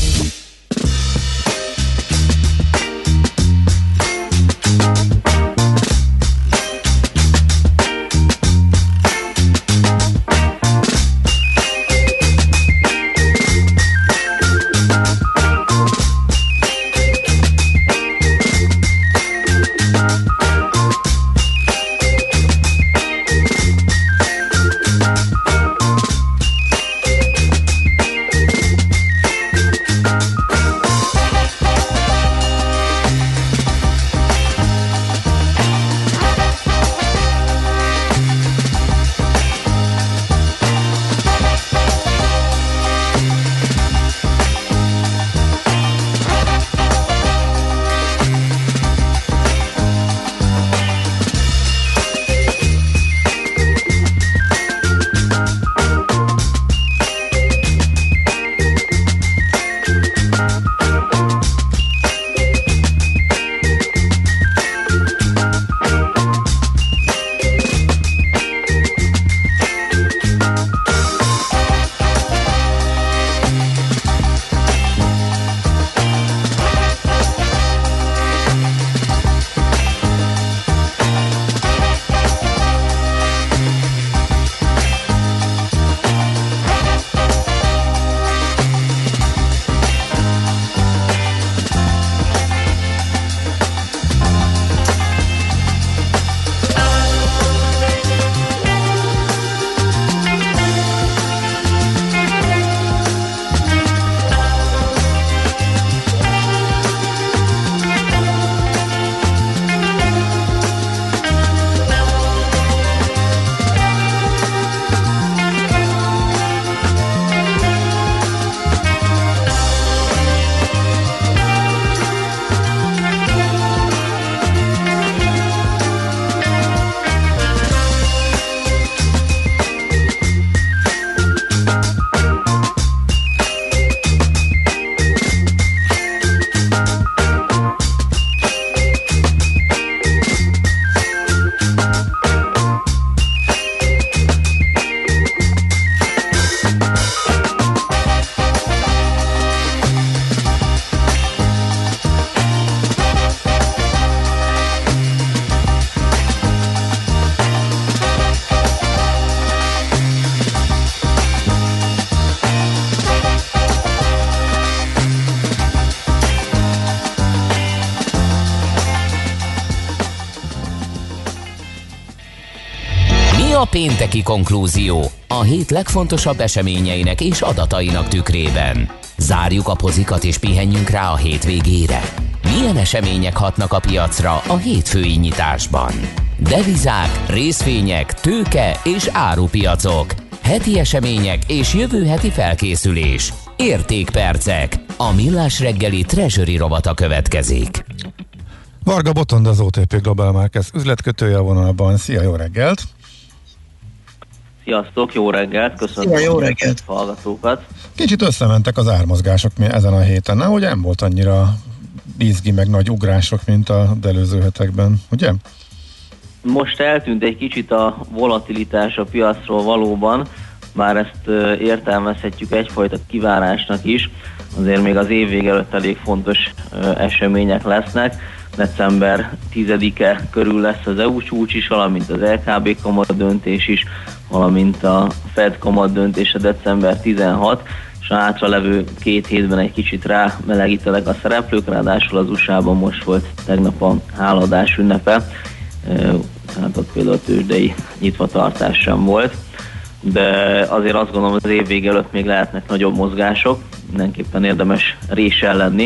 [SPEAKER 2] Mi a pénteki konklúzió a hét legfontosabb eseményeinek és adatainak tükrében? Zárjuk a pozikat és pihenjünk rá a hétvégére. Milyen események hatnak a piacra a hétfői nyitásban? Devizák, részvények, tőke és árupiacok. Heti események és jövő heti felkészülés. Értékpercek. A Millás reggeli Treasury rovata következik.
[SPEAKER 6] Varga Botond, az OTP Global Markets üzletkötője a vonalban. Szia, jó reggelt!
[SPEAKER 4] Sziasztok, jó reggelt! Köszönöm
[SPEAKER 7] jó reggelt.
[SPEAKER 4] A hallgatókat.
[SPEAKER 6] Kicsit összementek az ármozgások ezen a héten, nehogy nem volt annyira izgi meg nagy ugrások, mint a előző hetekben, ugye?
[SPEAKER 4] Most eltűnt egy kicsit a volatilitás a piacról valóban, bár ezt értelmezhetjük egyfajta kivárásnak is, azért még az év vége előtt elég fontos események lesznek. December 10-e körül lesz az EU csúcs is, valamint az LKB kamat döntés is, valamint a Fed kamat döntése december 16, és a hátralevő 2 hétben egy kicsit rámelegítenek a szereplők, ráadásul az USA-ban most volt tegnap a hálaadás ünnepe, tehát ott például a tőzsdei nyitvatartás sem volt, de azért azt gondolom, az év vége előtt még lehetnek nagyobb mozgások, mindenképpen érdemes résen lenni.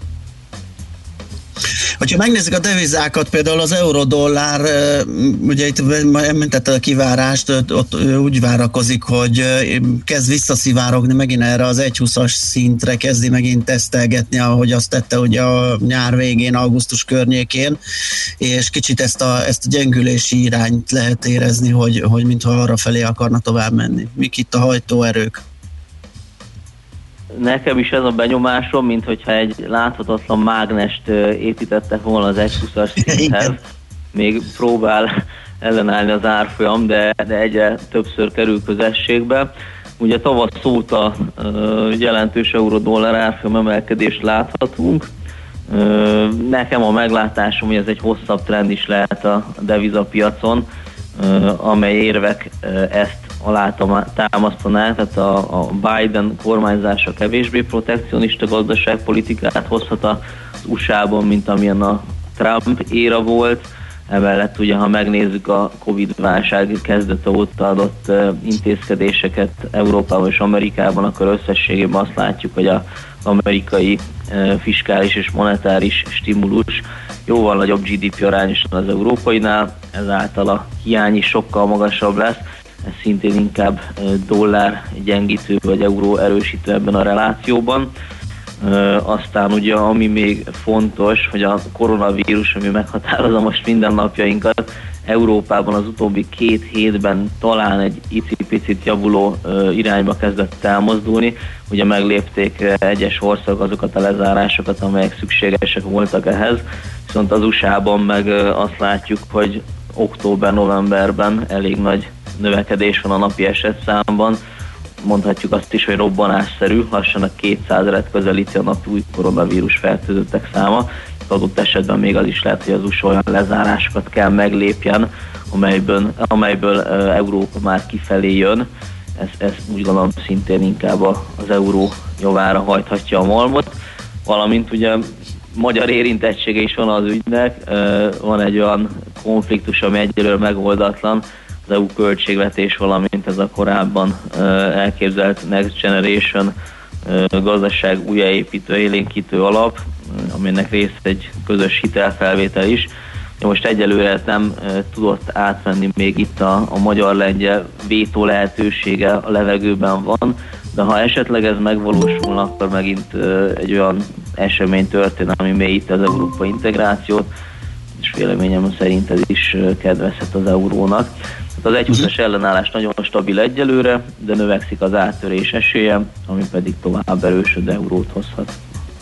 [SPEAKER 7] Ha megnézzük a devizákat, például az euró-dollár, ugye itt említette a kivárást, ott úgy várakozik, hogy kezd visszaszivárogni megint erre az 1,20-as szintre, kezdi megint tesztelgetni, ahogy azt tette ugye a nyár végén, augusztus környékén, és kicsit ezt a gyengülési irányt lehet érezni, hogy mintha arra felé akarna tovább menni. Mik itt a hajtóerők?
[SPEAKER 4] Nekem is ez a benyomásom, mint hogyha egy láthatatlan mágnest építettek volna az 1,20-as szinthez. Még próbál ellenállni az árfolyam, de egyre többször kerül közességbe. Ugye tavasz óta jelentős euró-dollár árfolyam emelkedést láthatunk. Nekem a meglátásom, hogy ez egy hosszabb trend is lehet a devizapiacon, amely érvek ezt alátámasztanák, tehát a Biden kormányzása kevésbé protekcionista gazdaságpolitikát hozhat az USA-ban, mint amilyen a Trump éra volt. Emellett ugye, ha megnézzük a Covid-válság kezdete óta adott intézkedéseket Európában és Amerikában, akkor összességében azt látjuk, hogy az amerikai fiskális és monetáris stimulus jóval nagyobb GDP arányosan az európainál, ezáltal a hiány is sokkal magasabb lesz. Ez szintén inkább dollár gyengítő vagy euró erősítő ebben a relációban. Aztán ugye, ami még fontos, hogy a koronavírus, ami meghatározza most mindennapjainkat, Európában az utóbbi 2 hétben talán egy icipicit javuló irányba kezdett elmozdulni. Ugye meglépték egyes országok azokat a lezárásokat, amelyek szükségesek voltak ehhez, viszont az USA-ban meg azt látjuk, hogy október-novemberben elég nagy növekedés van a napi esetszámban. Mondhatjuk azt is, hogy robbanásszerű, lassan a 200 közelíti a napi új koronavírus fertőzöttek száma. Adott esetben még az is lehet, hogy az USA olyan lezárásokat kell meglépjen, amelyből Európa már kifelé jön. Ez úgy gondolom szintén inkább az euró javára hajthatja a malmot. Valamint ugye magyar érintettsége is van az ügynek, van egy olyan konfliktus, ami egyelőre megoldatlan, az EU költségvetés, valamint ez a korábban elképzelt Next Generation gazdaság újjáépítő, élénkítő alap, aminek része egy közös hitelfelvétel is. Most egyelőre ez nem tudott átmenni, még itt a magyar-lengyel vétó lehetősége a levegőben van, de ha esetleg ez megvalósulna, akkor megint egy olyan esemény történne, ami mélyíti az európai integrációt, és véleményem szerint ez is kedvezhet az eurónak. Az 1,20-as ellenállás nagyon stabil egyelőre, de növekszik az áttörés esélye, ami pedig tovább erősöd eurót hozhat.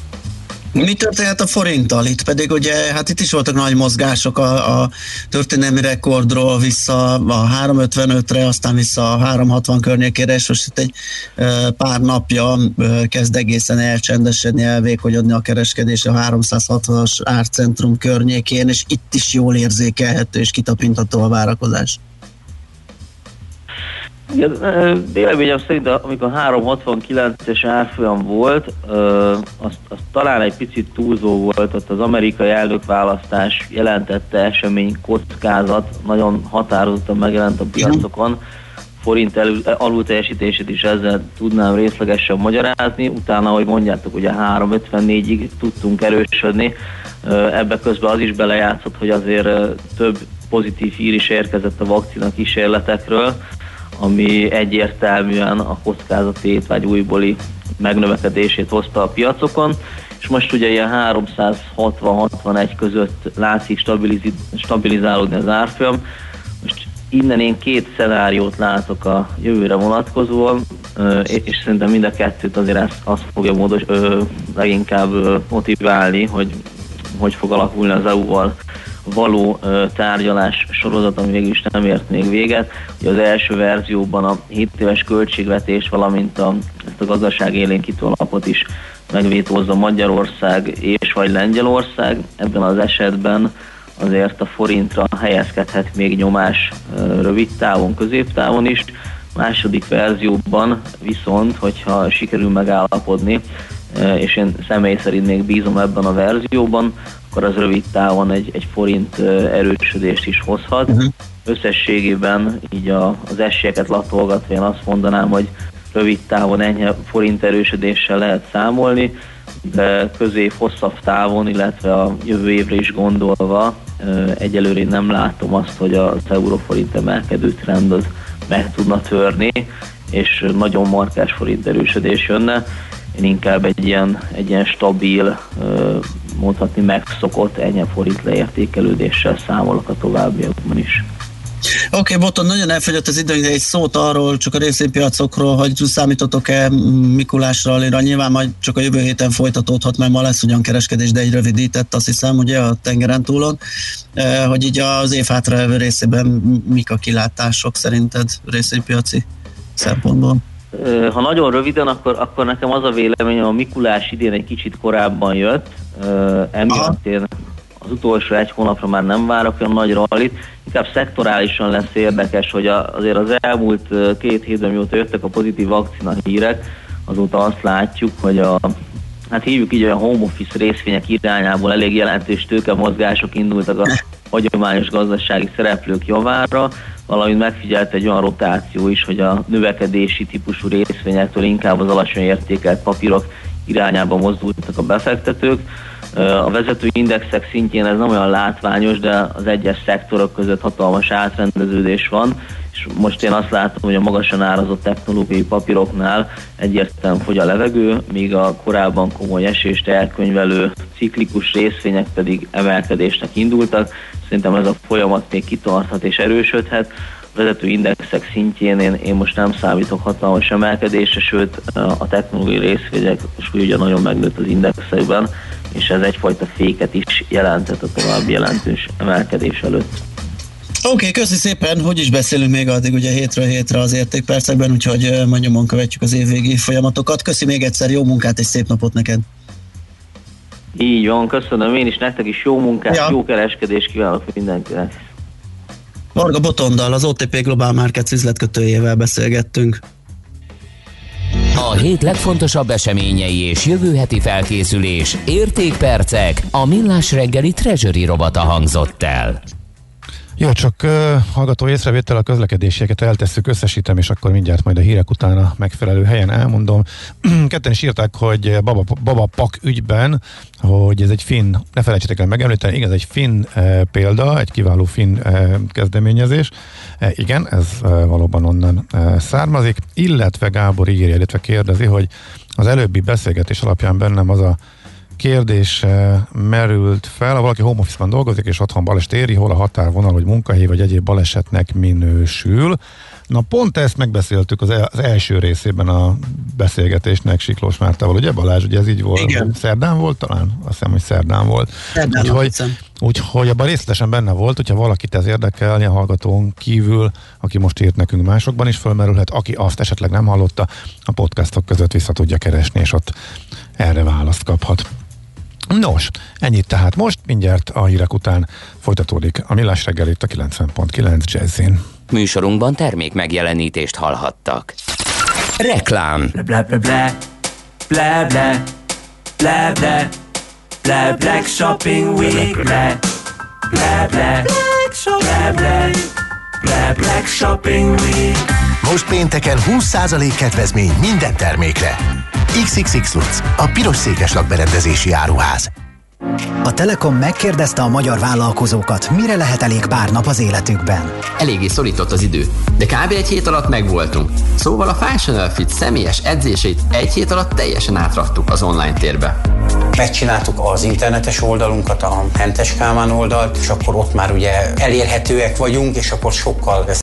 [SPEAKER 7] Mi történhet a forinttal? Itt pedig ugye, hát itt is voltak nagy mozgások a történelmi rekordról vissza a 3,55-re, aztán vissza a 3,60 környékére, és most itt egy pár napja kezd egészen elcsendesedni, elvékonyodni a kereskedés a 360-as árcentrum környékén, és itt is jól érzékelhető és kitapintható a várakozás.
[SPEAKER 4] Igen, véleményem szerint, amikor 3,69-es árfolyam volt, az talán egy picit túlzó volt, ott az amerikai elnökválasztás jelentette esemény kockázat, nagyon határozottan megjelent a piacokon, forint alulteljesítését is ezzel tudnám részlegesen magyarázni, utána, ahogy mondjátok, ugye 3,54-ig tudtunk erősödni, ebbe közben az is belejátszott, hogy azért több pozitív hír is érkezett a vakcina kísérletekről, ami egyértelműen a kockázati vagy újbóli megnövekedését hozta a piacokon, és most ugye ilyen 360-61 között látszik stabilizálódni az árfolyam. Most innen én két szenáriót látok a jövőre vonatkozóan, és szerintem mind a kettőt azért azt fogja leginkább motiválni, hogy fog alakulni az EU-val való tárgyalás sorozat, ami végül is nem ért még véget. Ugye az első verzióban a 7 éves költségvetés, valamint ezt a gazdaságélénkítő alapot is megvétózza Magyarország és vagy Lengyelország. Ebben az esetben azért a forintra helyezkedhet még nyomás rövid távon, középtávon is. Második verzióban viszont, hogyha sikerül megállapodni, és én személy szerint még bízom ebben a verzióban, akkor az rövid távon egy forint erősödést is hozhat. Összességében így az esélyeket latolgatva én azt mondanám, hogy rövid távon enyhe forint erősödéssel lehet számolni, de közép-hosszabb távon, illetve a jövő évre is gondolva egyelőre nem látom azt, hogy az euróforint emelkedő trend az meg tudna törni, és nagyon markás forint erősödés jönne. Én inkább egy ilyen stabil, mondhatni megszokott enyhe forint leértékelődéssel számolok a továbbiakban is.
[SPEAKER 7] Oké, Botton, nagyon elfogyott az időnk, de egy szót arról, csak a részvénypiacokról, hogy számítotok-e Mikulás rallira, nyilván majd csak a jövő héten folytatódhat, mert ma lesz ugyan kereskedés, de egy rövidített, azt hiszem, ugye a tengeren túlon, hogy így az év hátralévő részében mik a kilátások szerinted részvénypiaci szempontból?
[SPEAKER 4] Ha nagyon röviden, akkor nekem az a véleményem, a Mikulás idén egy kicsit korábban jött, emiatt én az utolsó egy hónapra már nem várok olyan nagy rallit, inkább szektorálisan lesz érdekes, hogy azért az elmúlt 2 hétben, mióta jöttek a pozitív vakcina hírek, azóta azt látjuk, hogy hát hívjuk így, olyan home office részvények irányából elég jelentős tőkemozgások indultak a hagyományos gazdasági szereplők javára, valamint megfigyelt egy olyan rotáció is, hogy a növekedési típusú részvényektől inkább az alacsony értékelt papírok irányába mozdultak a befektetők. A vezető indexek szintjén ez nem olyan látványos, de az egyes szektorok között hatalmas átrendeződés van, és most én azt látom, hogy a magasan árazott technológiai papíroknál egyértelműen fogy a levegő, míg a korábban komoly esést elkönyvelő ciklikus részvények pedig emelkedésnek indultak. Szerintem ez a folyamat még kitarthat és erősödhet. A vezető indexek szintjén én most nem számítok hatalmas emelkedésre, sőt a technológiai részvények ugye nagyon megnőtt az indexekben, és ez egyfajta féket is jelentett a további jelentős emelkedés előtt.
[SPEAKER 7] Oké, köszi szépen, hogy is beszélünk még addig ugye hétről hétre az értékpercekben, úgyhogy nyomon követjük az évvégi folyamatokat. Köszi még egyszer, jó munkát és szép napot neked!
[SPEAKER 4] Így van, köszönöm én is, nektek is jó munkát, jó kereskedést kívánok mindenkinek!
[SPEAKER 7] Varga Botondal, az OTP Global Markets üzletkötőjével beszélgettünk.
[SPEAKER 3] A hét legfontosabb eseményei és jövő heti felkészülés, értékpercek, a Millás reggeli Treasury rovata hangzott el.
[SPEAKER 6] Jó, csak hallgató észrevétel, a közlekedésieket eltesszük, összesítem, és akkor mindjárt majd a hírek után a megfelelő helyen elmondom. Ketten is írták, hogy Baba Pak ügyben, hogy ez egy finn, ne felejtsétek el megemlíteni, igen, ez egy finn példa, egy kiváló finn kezdeményezés. Igen, ez valóban onnan származik, illetve Gábor ígéri, illetve kérdezi, hogy az előbbi beszélgetés alapján bennem az a kérdés merült fel, ha valaki home office-ban dolgozik és otthon baleset éri, hol a határvonal, hogy munkahely vagy egyéb balesetnek minősül. Na pont ezt megbeszéltük az első részében a beszélgetésnek Siklós Mártával, ugye Balázs, ugye ez így volt? Igen. Szerdán volt talán? Azt hiszem, hogy szerdán volt. Úgyhogy abban részletesen benne volt, hogyha valakit ez érdekelni a hallgatón kívül, aki most írt nekünk, másokban is fölmerülhet, aki azt esetleg nem hallotta, a podcastok között vissza tudja keresni, és ott erre választ kaphat. Nos, ennyit tehát most, mindjárt a hírek után folytatódik a Millás reggel itt a 90.9 Jazzin.
[SPEAKER 2] Műsorunkban termék megjelenítést hallhattak. Reklám.
[SPEAKER 5] Black Shopping Week. Black Shopping Week.
[SPEAKER 11] Most pénteken 20% kedvezmény minden termékre. XXX Lutz, a piros székes lakberendezési áruház.
[SPEAKER 23] A Telekom megkérdezte a magyar vállalkozókat, mire lehet elég pár nap az életükben.
[SPEAKER 24] Eléggé szorított az idő, de kb. Egy hét alatt megvoltunk. Szóval a Functional Fit személyes edzéseit egy hét alatt teljesen átraktuk az online térbe.
[SPEAKER 25] Megcsináltuk az internetes oldalunkat, a Hentes Kálmán oldalt, és akkor ott már ugye elérhetőek vagyunk, és akkor sokkal